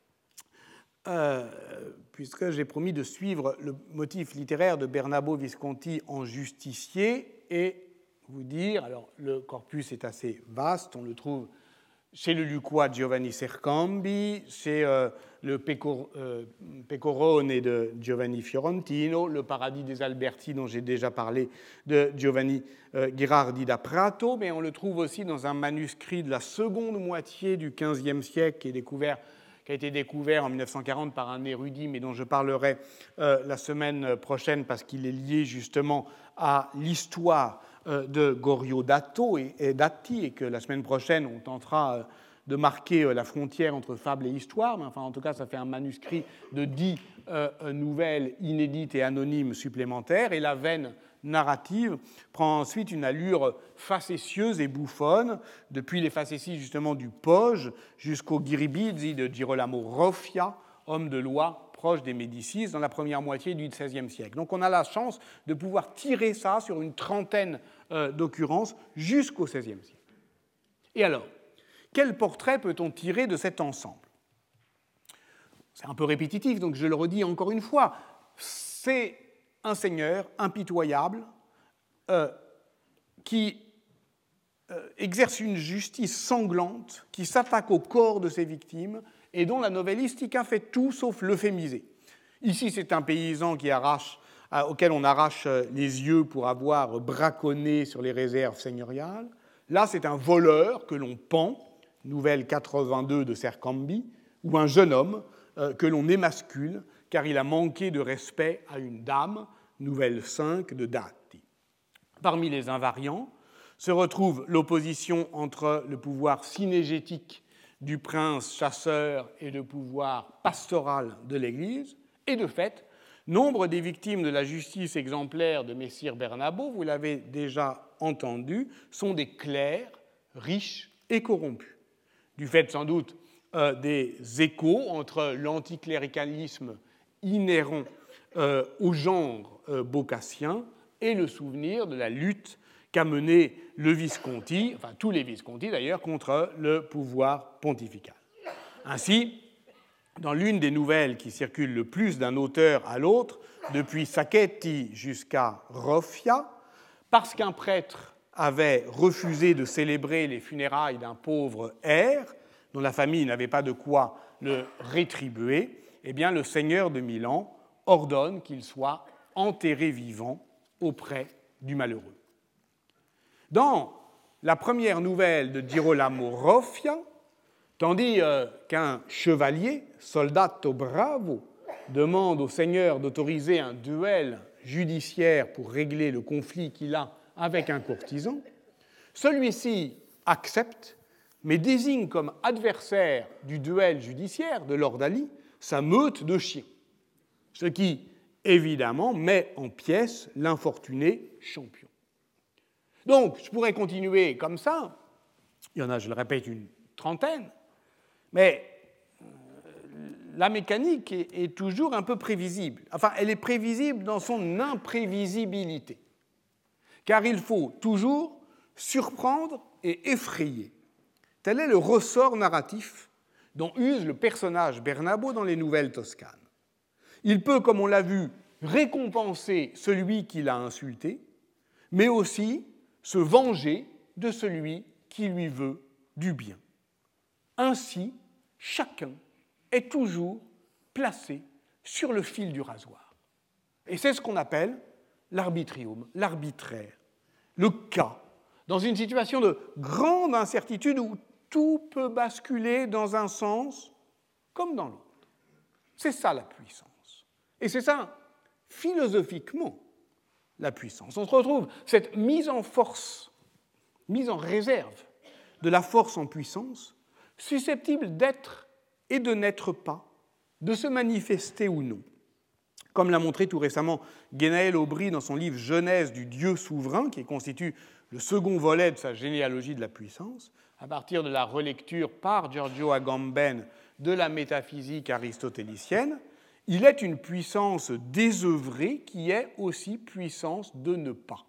puisque j'ai promis de suivre le motif littéraire de Bernabo Visconti en justicier et vous dire, alors le corpus est assez vaste, on le trouve chez le Lucquois Giovanni Sercambi, chez le Pecorone de Giovanni Fiorentino, le Paradis des Alberti dont j'ai déjà parlé de Giovanni Ghirardi da Prato, mais on le trouve aussi dans un manuscrit de la seconde moitié du XVe siècle qui a été découvert en 1940 par un érudit, mais dont je parlerai la semaine prochaine parce qu'il est lié justement à l'histoire de Gorio Dato et Datti, et que la semaine prochaine, on tentera de marquer la frontière entre fable et histoire, mais enfin, en tout cas, ça fait un manuscrit de 10 nouvelles inédites et anonymes supplémentaires, et la veine narrative prend ensuite une allure facétieuse et bouffonne, depuis les facéties justement du Poge jusqu'au Ghiribizzi de Girolamo Roffia, homme de loi proche des Médicis, dans la première moitié du XVIe siècle. Donc on a la chance de pouvoir tirer ça sur une trentaine d'occurrences jusqu'au XVIe siècle. Et alors, quel portrait peut-on tirer de cet ensemble ? C'est un peu répétitif, donc je le redis encore une fois. C'est un seigneur impitoyable qui exerce une justice sanglante, qui s'attaque au corps de ses victimes et dont la novellistica fait tout sauf l'euphémiser. Ici, c'est un paysan auquel on arrache les yeux pour avoir braconné sur les réserves seigneuriales. Là, c'est un voleur que l'on pend, nouvelle 82 de Sercambi, ou un jeune homme que l'on émascule car il a manqué de respect à une dame, nouvelle 5 de Datti. Parmi les invariants se retrouve l'opposition entre le pouvoir synégétique du prince chasseur et le pouvoir pastoral de l'Église, et de fait, nombre des victimes de la justice exemplaire de Messire Bernabo, vous l'avez déjà entendu, sont des clercs riches et corrompus, du fait sans doute des échos entre l'anticléricalisme inhérent au genre bocassien et le souvenir de la lutte qu'a menée le Visconti, enfin tous les Visconti d'ailleurs, contre le pouvoir pontifical. Ainsi, dans l'une des nouvelles qui circulent le plus d'un auteur à l'autre, depuis Sacchetti jusqu'à Roffia, parce qu'un prêtre avait refusé de célébrer les funérailles d'un pauvre air, dont la famille n'avait pas de quoi le rétribuer, eh bien le seigneur de Milan ordonne qu'il soit enterré vivant auprès du malheureux. Dans la première nouvelle de Girolamo Roffia, tandis qu'un chevalier, soldato bravo, demande au seigneur d'autoriser un duel judiciaire pour régler le conflit qu'il a avec un courtisan, celui-ci accepte, mais désigne comme adversaire du duel judiciaire de Lord Ali sa meute de chiens, ce qui, évidemment, met en pièces l'infortuné champion. Donc, je pourrais continuer comme ça, il y en a, je le répète, une trentaine, mais la mécanique est toujours un peu prévisible. Enfin, elle est prévisible dans son imprévisibilité, car il faut toujours surprendre et effrayer. Tel est le ressort narratif dont use le personnage Bernabo dans les Nouvelles Toscanes. Il peut, comme on l'a vu, récompenser celui qui l'a insulté, mais aussi se venger de celui qui lui veut du bien. Ainsi, chacun est toujours placé sur le fil du rasoir. Et c'est ce qu'on appelle l'arbitrium, l'arbitraire, le cas, dans une situation de grande incertitude où tout peut basculer dans un sens comme dans l'autre. C'est ça la puissance. Et c'est ça, philosophiquement, la puissance. On se retrouve cette mise en force, mise en réserve de la force en puissance, susceptible d'être et de n'être pas, de se manifester ou non. Comme l'a montré tout récemment Guénaël Aubry dans son livre « Genèse du Dieu souverain », qui constitue le second volet de sa généalogie de la puissance, à partir de la relecture par Giorgio Agamben de la métaphysique aristotélicienne, il est une puissance désœuvrée qui est aussi puissance de ne pas.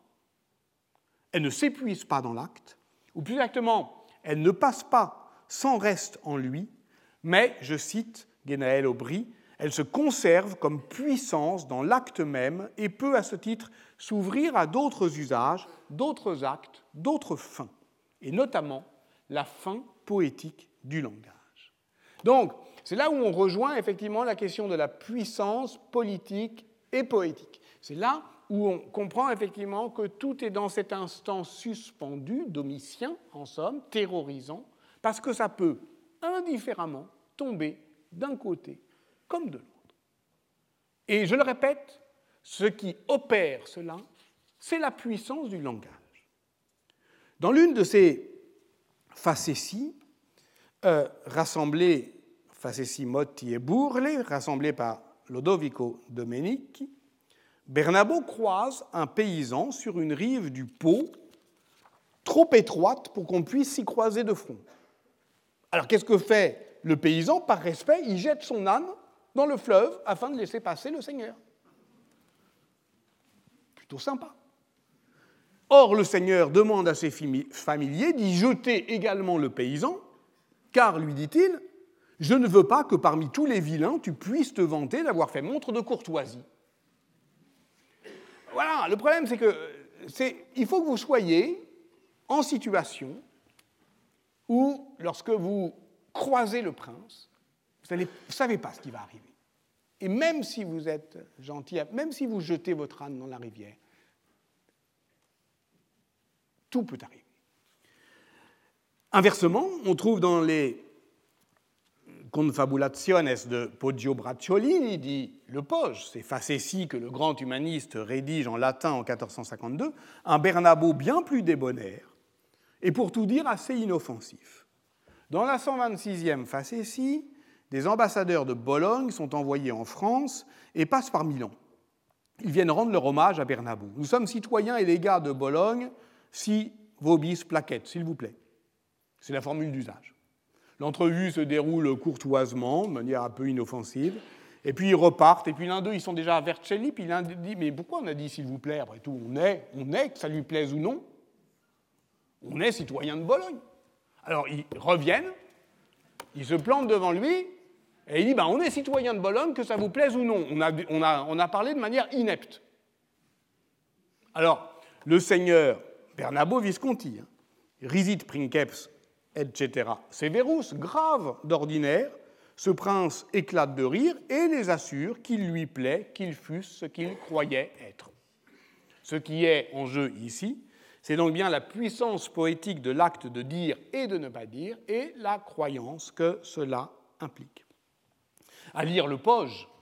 Elle ne s'épuise pas dans l'acte, ou plus exactement, elle ne passe pas sans reste en lui, mais, je cite Guénaël Aubry, elle se conserve comme puissance dans l'acte même et peut à ce titre s'ouvrir à d'autres usages, d'autres actes, d'autres fins, et notamment la fin poétique du langage. Donc, c'est là où on rejoint effectivement la question de la puissance politique et poétique. C'est là où on comprend effectivement que tout est dans cet instant suspendu, domitien en somme, terrorisant, parce que ça peut indifféremment tomber d'un côté comme de l'autre. Et je le répète, ce qui opère cela, c'est la puissance du langage. Dans l'une de ces facéties, facéties Motti et Burle, rassemblées par Lodovico Domenici, Bernabo croise un paysan sur une rive du Pô, trop étroite pour qu'on puisse s'y croiser de front. Alors qu'est-ce que fait le paysan? Par respect, il jette son âne dans le fleuve afin de laisser passer le seigneur. Plutôt sympa. Or, le seigneur demande à ses familiers d'y jeter également le paysan, car, lui dit-il, je ne veux pas que parmi tous les vilains, tu puisses te vanter d'avoir fait montre de courtoisie. Voilà, le problème, c'est que il faut que vous soyez en situation où, lorsque vous croisez le prince, vous ne savez pas ce qui va arriver. Et même si vous êtes gentil, même si vous jetez votre âne dans la rivière, tout peut arriver. Inversement, on trouve dans les Confabulationes de Poggio Bracciolini, dit Le Poge, ces facéties que le grand humaniste rédige en latin en 1452, un Bernabo bien plus débonnaire et pour tout dire assez inoffensif. Dans la 126e facétie, des ambassadeurs de Bologne sont envoyés en France et passent par Milan. Ils viennent rendre leur hommage à Bernabo. Nous sommes citoyens et légats de Bologne, si vobis plaquettes, s'il vous plaît. C'est la formule d'usage. L'entrevue se déroule courtoisement, de manière un peu inoffensive, et puis ils repartent, et puis l'un d'eux, ils sont déjà à Vercelli, puis l'un dit « Mais pourquoi on a dit s'il vous plaît ?» Après tout, on est, que ça lui plaise ou non, on est citoyen de Bologne. Alors ils reviennent, ils se plantent devant lui, et il dit on est citoyen de Bologne, que ça vous plaise ou non. On a parlé de manière inepte. Alors, le seigneur Bernabo Visconti, risit princeps, etc. Severus, grave d'ordinaire, ce prince éclate de rire et les assure qu'il lui plaît qu'ils fussent ce qu'il croyait être. Ce qui est en jeu ici, c'est donc bien la puissance poétique de l'acte de dire et de ne pas dire et la croyance que cela implique. À lire le Poge,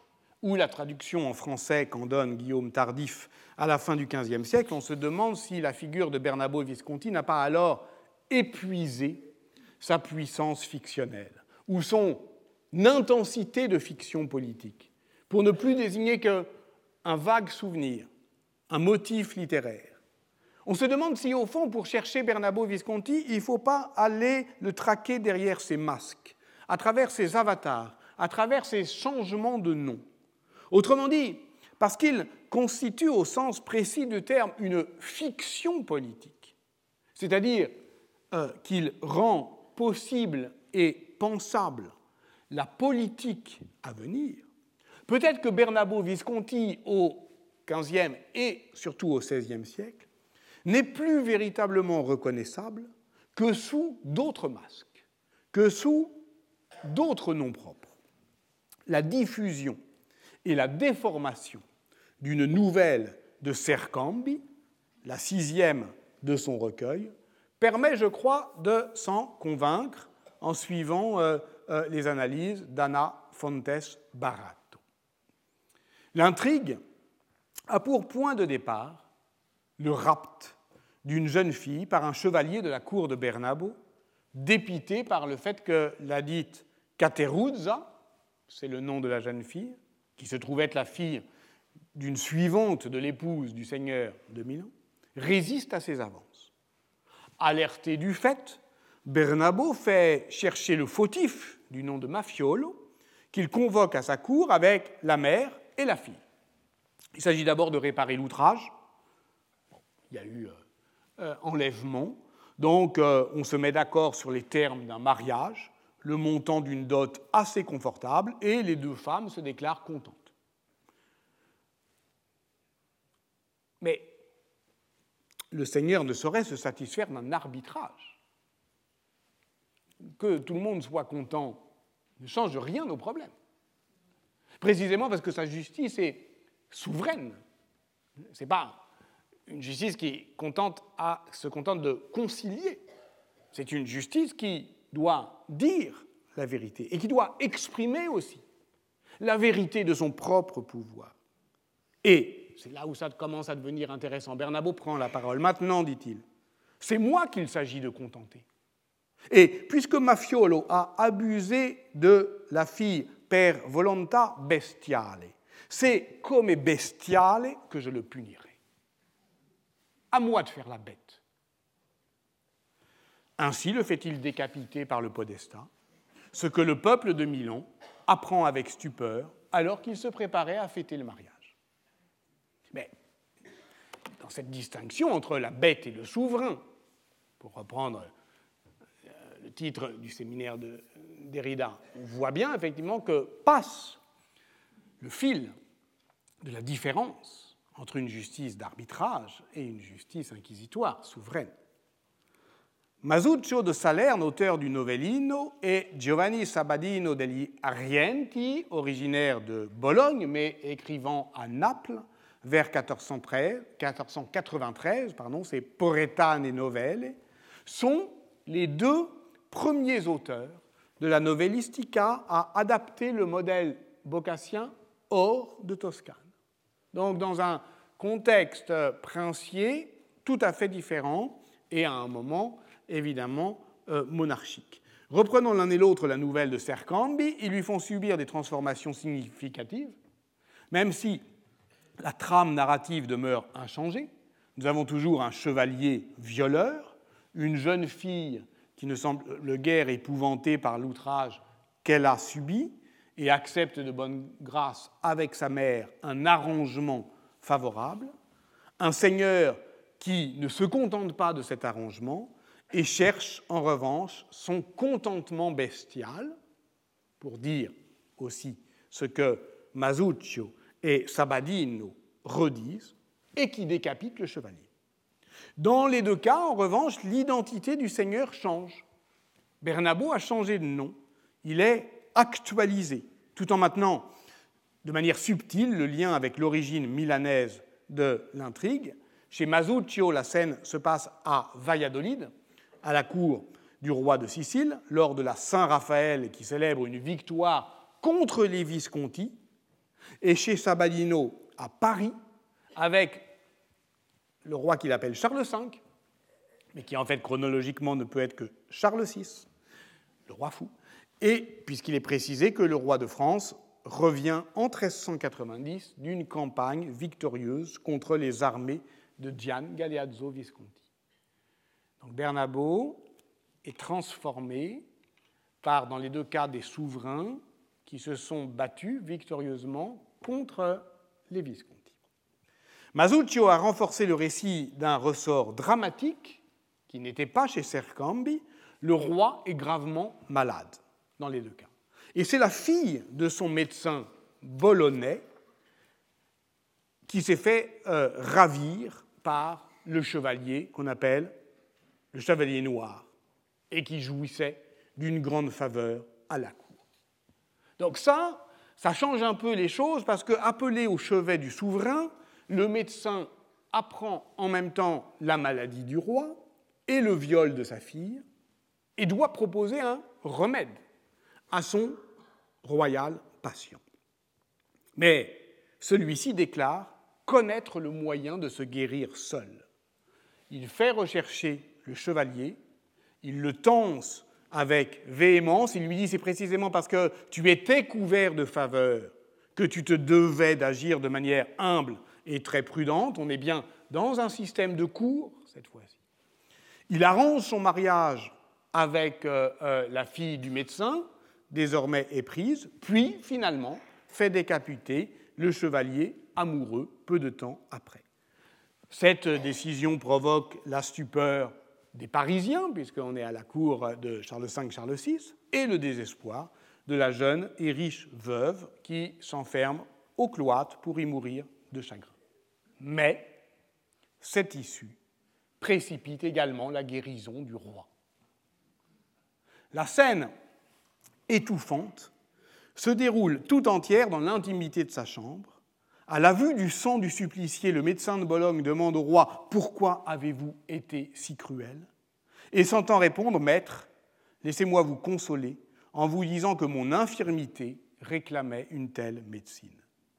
ou la traduction en français qu'en donne Guillaume Tardif à la fin du XVe siècle, on se demande si la figure de Bernabo Visconti n'a pas alors épuisé sa puissance fictionnelle ou son intensité de fiction politique, pour ne plus désigner qu'un vague souvenir, un motif littéraire. On se demande si, au fond, pour chercher Bernabo Visconti, il ne faut pas aller le traquer derrière ses masques, à travers ses avatars, à travers ses changements de nom. Autrement dit, parce qu'il constitue au sens précis du terme une fiction politique, c'est-à-dire qu'il rend possible et pensable la politique à venir. Peut-être que Bernabo Visconti, au XVe et surtout au XVIe siècle, n'est plus véritablement reconnaissable que sous d'autres masques, que sous d'autres noms propres. La diffusion et la déformation d'une nouvelle de Sercambi, la 6e de son recueil, permet, je crois, de s'en convaincre en suivant les analyses d'Anna Fontes Barato. L'intrigue a pour point de départ le rapt d'une jeune fille par un chevalier de la cour de Bernabo, dépité par le fait que la dite Cateruzza, c'est le nom de la jeune fille, qui se trouve être la fille d'une suivante de l'épouse du seigneur de Milan, résiste à ses avances. Alerté du fait, Bernabo fait chercher le fautif du nom de Mafiolo, qu'il convoque à sa cour avec la mère et la fille. Il s'agit d'abord de réparer l'outrage. Il y a eu enlèvement, donc on se met d'accord sur les termes d'un mariage, le montant d'une dot assez confortable, et les deux femmes se déclarent contentes. Mais le seigneur ne saurait se satisfaire d'un arbitrage. Que tout le monde soit content ne change rien au problème. Précisément parce que sa justice est souveraine. Ce n'est pas une justice qui se contente de concilier. C'est une justice qui doit dire la vérité et qui doit exprimer aussi la vérité de son propre pouvoir. Et c'est là où ça commence à devenir intéressant. Bernabo prend la parole. Maintenant, dit-il, c'est moi qu'il s'agit de contenter. Et puisque Mafiolo a abusé de la fille per volonta bestiale, c'est come bestiale que je le punirai. À moi de faire la bête. Ainsi le fait-il décapiter par le podestat, ce que le peuple de Milan apprend avec stupeur alors qu'il se préparait à fêter le mariage. Mais dans cette distinction entre la bête et le souverain, pour reprendre le titre du séminaire de Derrida, on voit bien effectivement que passe le fil de la différence entre une justice d'arbitrage et une justice inquisitoire, souveraine. Masuccio de Salerne, auteur du Novellino, et Giovanni Sabadino degli Arienti, originaire de Bologne, mais écrivant à Naples, vers 1493, c'est Poretane et Novelle, sont les deux premiers auteurs de la novellistica à adapter le modèle bocassien hors de Toscane. Donc dans un contexte princier tout à fait différent et à un moment évidemment monarchique. Reprenons l'un et l'autre la nouvelle de Sercambi, ils lui font subir des transformations significatives, même si la trame narrative demeure inchangée. Nous avons toujours un chevalier violeur, une jeune fille qui ne semble guère épouvantée par l'outrage qu'elle a subi et accepte de bonne grâce avec sa mère un arrangement favorable, un seigneur qui ne se contente pas de cet arrangement et cherche en revanche son contentement bestial, pour dire aussi ce que Masuccio et Sabadino redisent, et qui décapite le chevalier. Dans les deux cas, en revanche, l'identité du seigneur change. Bernabo a changé de nom, il est actualisé, tout en maintenant de manière subtile le lien avec l'origine milanaise de l'intrigue. Chez Masuccio, la scène se passe à Valladolid, à la cour du roi de Sicile, lors de la Saint-Raphaël qui célèbre une victoire contre les Visconti, et chez Saballino à Paris, avec le roi qu'il appelle Charles V, mais qui en fait chronologiquement ne peut être que Charles VI, le roi fou, et puisqu'il est précisé que le roi de France revient en 1390 d'une campagne victorieuse contre les armées de Gian Galeazzo Visconti. Donc Bernabo est transformé par, dans les deux cas, des souverains qui se sont battus victorieusement contre les Visconti. Masuccio a renforcé le récit d'un ressort dramatique qui n'était pas chez Sercambi. Le roi est gravement malade dans les deux cas. Et c'est la fille de son médecin bolonais qui s'est fait ravir par le chevalier qu'on appelle le chevalier noir et qui jouissait d'une grande faveur à la cour. Donc ça change un peu les choses parce qu'appelé au chevet du souverain, le médecin apprend en même temps la maladie du roi et le viol de sa fille et doit proposer un remède à son royal patient. Mais celui-ci déclare connaître le moyen de se guérir seul. Il fait rechercher le chevalier, il le tense avec véhémence, il lui dit c'est précisément parce que tu étais couvert de faveur que tu te devais d'agir de manière humble et très prudente. On est bien dans un système de cour cette fois-ci. Il arrange son mariage avec la fille du médecin, désormais éprise, puis finalement fait décapiter le chevalier amoureux peu de temps après. Cette décision provoque la stupeur des Parisiens, puisqu'on est à la cour de Charles V, Charles VI, et le désespoir de la jeune et riche veuve qui s'enferme au cloître pour y mourir de chagrin. Mais cette issue précipite également la guérison du roi. La scène étouffante se déroule tout entière dans l'intimité de sa chambre. À la vue du sang du supplicié, le médecin de Bologne demande au roi « Pourquoi avez-vous été si cruel ?» Et s'entend répondre « Maître, laissez-moi vous consoler en vous disant que mon infirmité réclamait une telle médecine. »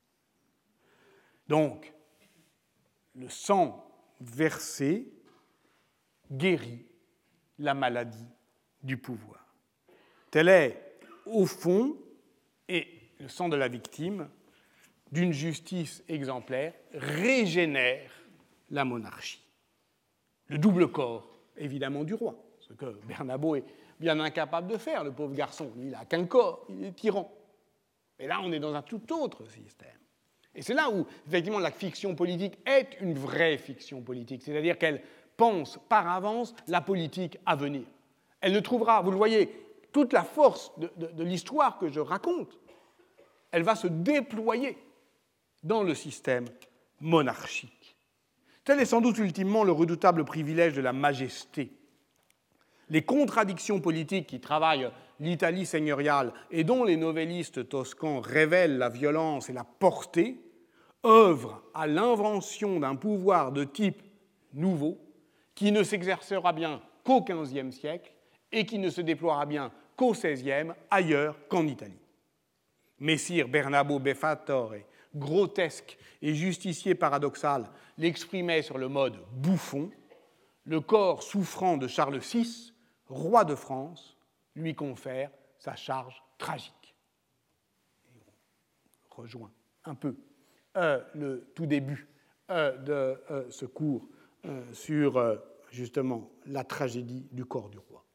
Donc, le sang versé guérit la maladie du pouvoir. Tel est, au fond, et le sang de la victime, d'une justice exemplaire, régénère la monarchie. Le double corps, évidemment, du roi, ce que Bernabo est bien incapable de faire, le pauvre garçon. Lui, il n'a qu'un corps, il est tyran. Et là, on est dans un tout autre système. Et c'est là où, effectivement, la fiction politique est une vraie fiction politique, c'est-à-dire qu'elle pense par avance la politique à venir. Elle ne trouvera, vous le voyez, toute la force de l'histoire que je raconte, elle va se déployer dans le système monarchique. Tel est sans doute ultimement le redoutable privilège de la majesté. Les contradictions politiques qui travaillent l'Italie seigneuriale et dont les novellistes toscans révèlent la violence et la portée, œuvrent à l'invention d'un pouvoir de type nouveau qui ne s'exercera bien qu'au XVe siècle et qui ne se déploiera bien qu'au XVIe, ailleurs qu'en Italie. Messire Bernabo Beffatore, grotesque et justicier paradoxal, l'exprimait sur le mode bouffon. Le corps souffrant de Charles VI, roi de France, lui confère sa charge tragique. Et on rejoint un peu le tout début de ce cours sur justement la tragédie du corps du roi.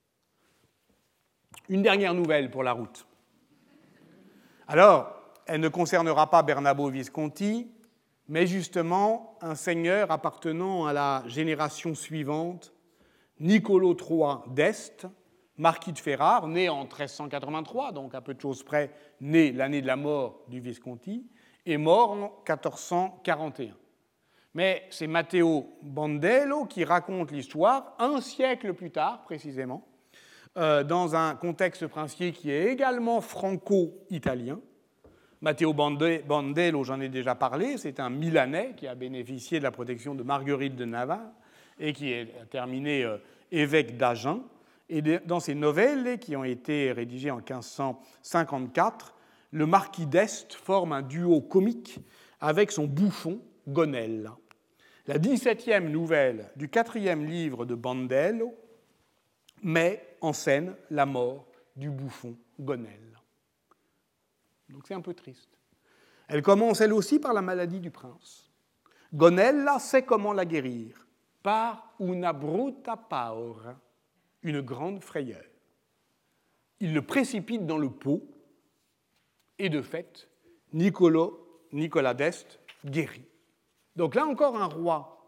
Une dernière nouvelle pour la route. Alors, elle ne concernera pas Bernabo Visconti, mais justement un seigneur appartenant à la génération suivante, Niccolò III d'Este, marquis de Ferrare, né en 1383, donc à peu de choses près, né l'année de la mort du Visconti, et mort en 1441. Mais c'est Matteo Bandello qui raconte l'histoire un siècle plus tard, précisément, dans un contexte princier qui est également franco-italien. Matteo Bandello, j'en ai déjà parlé, c'est un Milanais qui a bénéficié de la protection de Marguerite de Navarre et qui est terminé évêque d'Agen. Et dans ses nouvelles, qui ont été rédigées en 1554, le marquis d'Este forme un duo comique avec son bouffon Gonella. La 17e nouvelle du 4e livre de Bandello met en scène la mort du bouffon Gonella. Donc c'est un peu triste. Elle commence elle aussi par la maladie du prince. Gonella sait comment la guérir, par una brutta paura, une grande frayeur. Il le précipite dans le pot, et de fait, Nicolas d'Este guérit. Donc là encore, un roi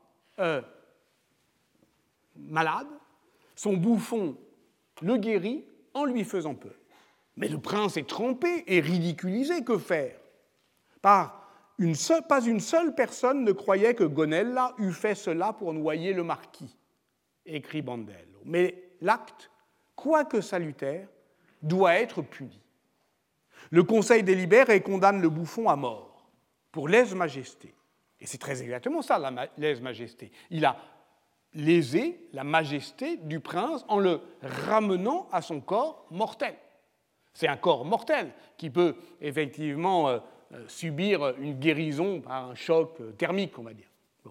malade, son bouffon le guérit en lui faisant peur. Mais le prince est trempé et ridiculisé, que faire ? Pas une seule personne ne croyait que Gonella eût fait cela pour noyer le marquis, écrit Bandello. Mais l'acte, quoique salutaire, doit être puni. Le conseil délibère et condamne le bouffon à mort pour lèse-majesté. Et c'est très exactement ça, la lèse-majesté. Il a lésé la majesté du prince en le ramenant à son corps mortel. C'est un corps mortel qui peut effectivement subir une guérison par un choc thermique, on va dire. Bon.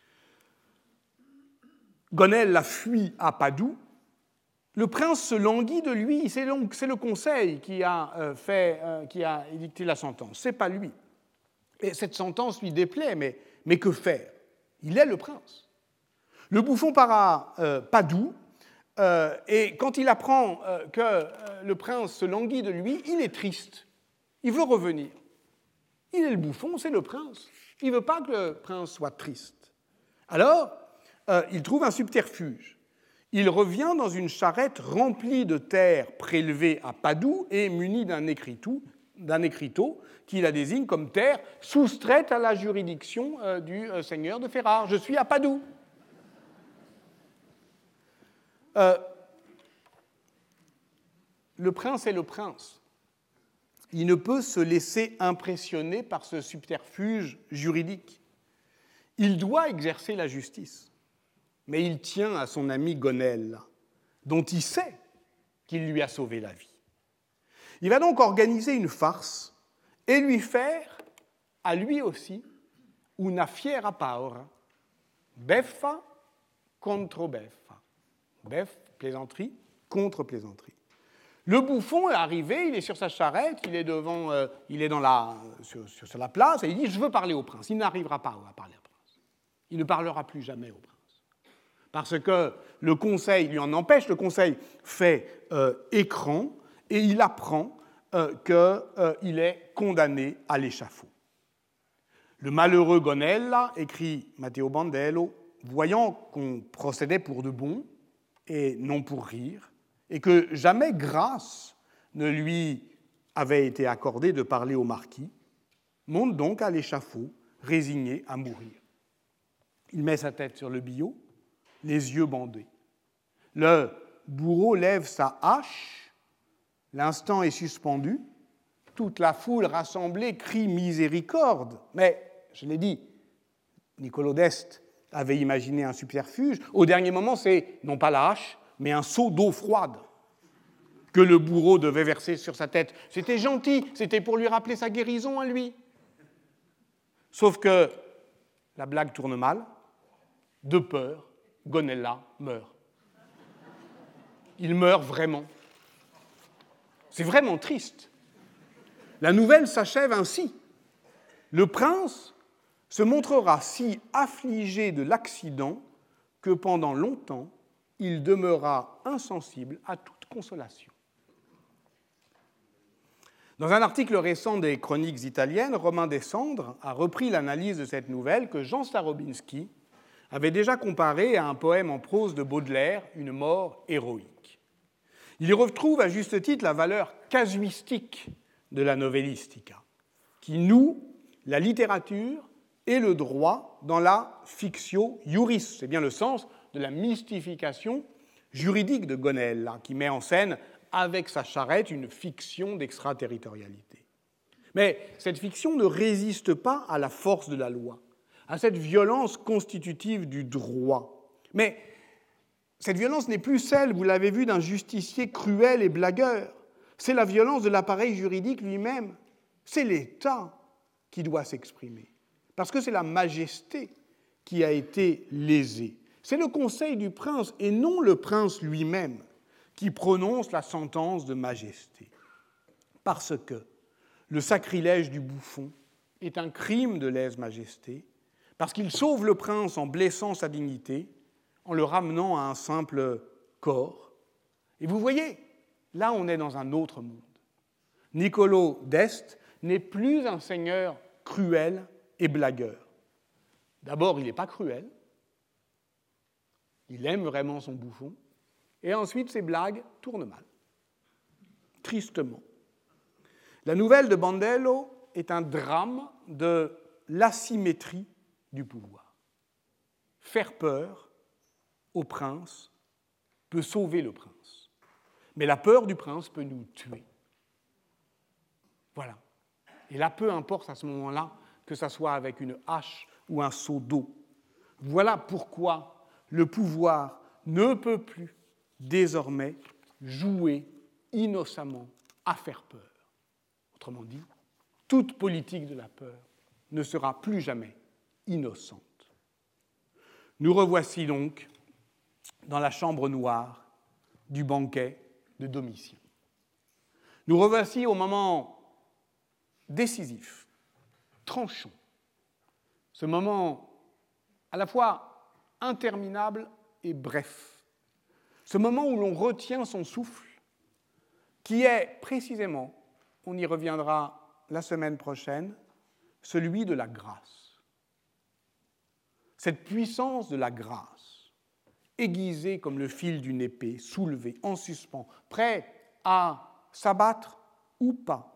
Gonella fuit à Padoue. Le prince se languit de lui. C'est le conseil qui a édicté la sentence. C'est pas lui. Et cette sentence lui déplaît, mais que faire ? Il est le prince. Le bouffon part à Padoue, et quand il apprend que le prince se languit de lui, il est triste. Il veut revenir. Il est le bouffon, c'est le prince. Il ne veut pas que le prince soit triste. Alors, il trouve un subterfuge. Il revient dans une charrette remplie de terre prélevée à Padoue et munie d'un écriteau qui la désigne comme terre soustraite à la juridiction du seigneur de Ferrare. Je suis à Padoue. Le prince est le prince. Il ne peut se laisser impressionner par ce subterfuge juridique. Il doit exercer la justice, mais il tient à son ami Gonella, dont il sait qu'il lui a sauvé la vie. Il va donc organiser une farce et lui faire, à lui aussi, una fiera paura, beffa contro beffa. Beffe, plaisanterie, contre plaisanterie. Le bouffon est arrivé, il est sur sa charrette, il est sur la place, et il dit « Je veux parler au prince ». Il n'arrivera pas à parler au prince. Il ne parlera plus jamais au prince. Parce que le conseil lui en empêche, le conseil fait écran, et il apprend qu'il est condamné à l'échafaud. Le malheureux Gonella, écrit Matteo Bandello, voyant qu'on procédait pour de bon et non pour rire, et que jamais grâce ne lui avait été accordée de parler au marquis, monte donc à l'échafaud, résigné à mourir. Il met sa tête sur le billot, les yeux bandés. Le bourreau lève sa hache, l'instant est suspendu, toute la foule rassemblée crie miséricorde, mais, je l'ai dit, Nicolas d'Este avait imaginé un subterfuge. Au dernier moment, c'est non pas la hache, mais un seau d'eau froide que le bourreau devait verser sur sa tête. C'était gentil, c'était pour lui rappeler sa guérison à lui. Sauf que la blague tourne mal. De peur, Gonella meurt. Il meurt vraiment. C'est vraiment triste. La nouvelle s'achève ainsi. Le prince se montrera si affligé de l'accident que pendant longtemps, il demeura insensible à toute consolation. Dans un article récent des Chroniques italiennes, Romain Descendre a repris l'analyse de cette nouvelle que Jean Starobinski avait déjà comparée à un poème en prose de Baudelaire, Une mort héroïque. Il y retrouve à juste titre la valeur casuistique de la novellistica, qui noue la littérature et le droit dans la fictio iuris. C'est bien le sens de la mystification juridique de Gonella, qui met en scène, avec sa charrette, une fiction d'extraterritorialité. Mais cette fiction ne résiste pas à la force de la loi, à cette violence constitutive du droit. Mais cette violence n'est plus celle, vous l'avez vu, d'un justicier cruel et blagueur. C'est la violence de l'appareil juridique lui-même. C'est l'État qui doit s'exprimer, parce que c'est la majesté qui a été lésée. C'est le conseil du prince, et non le prince lui-même, qui prononce la sentence de majesté. Parce que le sacrilège du bouffon est un crime de lèse-majesté, parce qu'il sauve le prince en blessant sa dignité, en le ramenant à un simple corps. Et vous voyez, là on est dans un autre monde. Niccolò d'Este n'est plus un seigneur cruel et blagueur. D'abord, il n'est pas cruel, il aime vraiment son bouffon, et ensuite ses blagues tournent mal, tristement. La nouvelle de Bandello est un drame de l'asymétrie du pouvoir. Faire peur au prince peut sauver le prince, mais la peur du prince peut nous tuer. Voilà. Et là, peu importe à ce moment-là que ça soit avec une hache ou un seau d'eau. Voilà pourquoi le pouvoir ne peut plus désormais jouer innocemment à faire peur. Autrement dit, toute politique de la peur ne sera plus jamais innocente. Nous revoici donc dans la chambre noire du banquet de Domitien. Nous revoici au moment décisif, tranchant, ce moment à la fois interminable et bref, ce moment où l'on retient son souffle, qui est précisément, on y reviendra la semaine prochaine, celui de la grâce. Cette puissance de la grâce, aiguisée comme le fil d'une épée, soulevée, en suspens, prêt à s'abattre ou pas,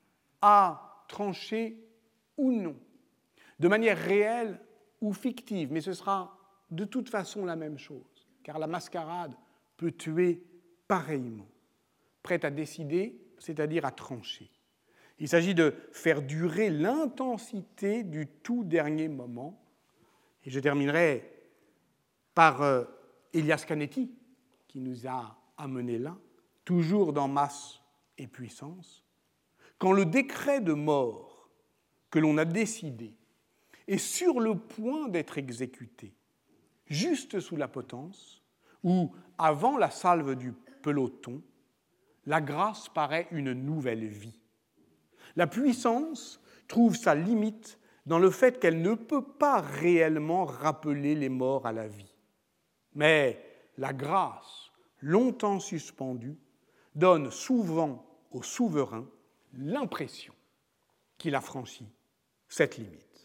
à trancher ou non, de manière réelle ou fictive, mais ce sera de toute façon la même chose, car la mascarade peut tuer pareillement, prête à décider, c'est-à-dire à trancher. Il s'agit de faire durer l'intensité du tout dernier moment, et je terminerai par Elias Canetti, qui nous a amenés là, toujours dans Masse et puissance. Quand le décret de mort que l'on a décidé est sur le point d'être exécuté, juste sous la potence, ou avant la salve du peloton, la grâce paraît une nouvelle vie. La puissance trouve sa limite dans le fait qu'elle ne peut pas réellement rappeler les morts à la vie. Mais la grâce, longtemps suspendue, donne souvent au souverain l'impression qu'il a franchi cette limite.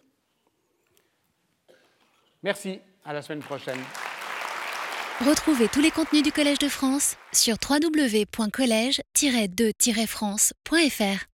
Merci, à la semaine prochaine. Retrouvez tous les contenus du Collège de France sur www.collège-2-france.fr.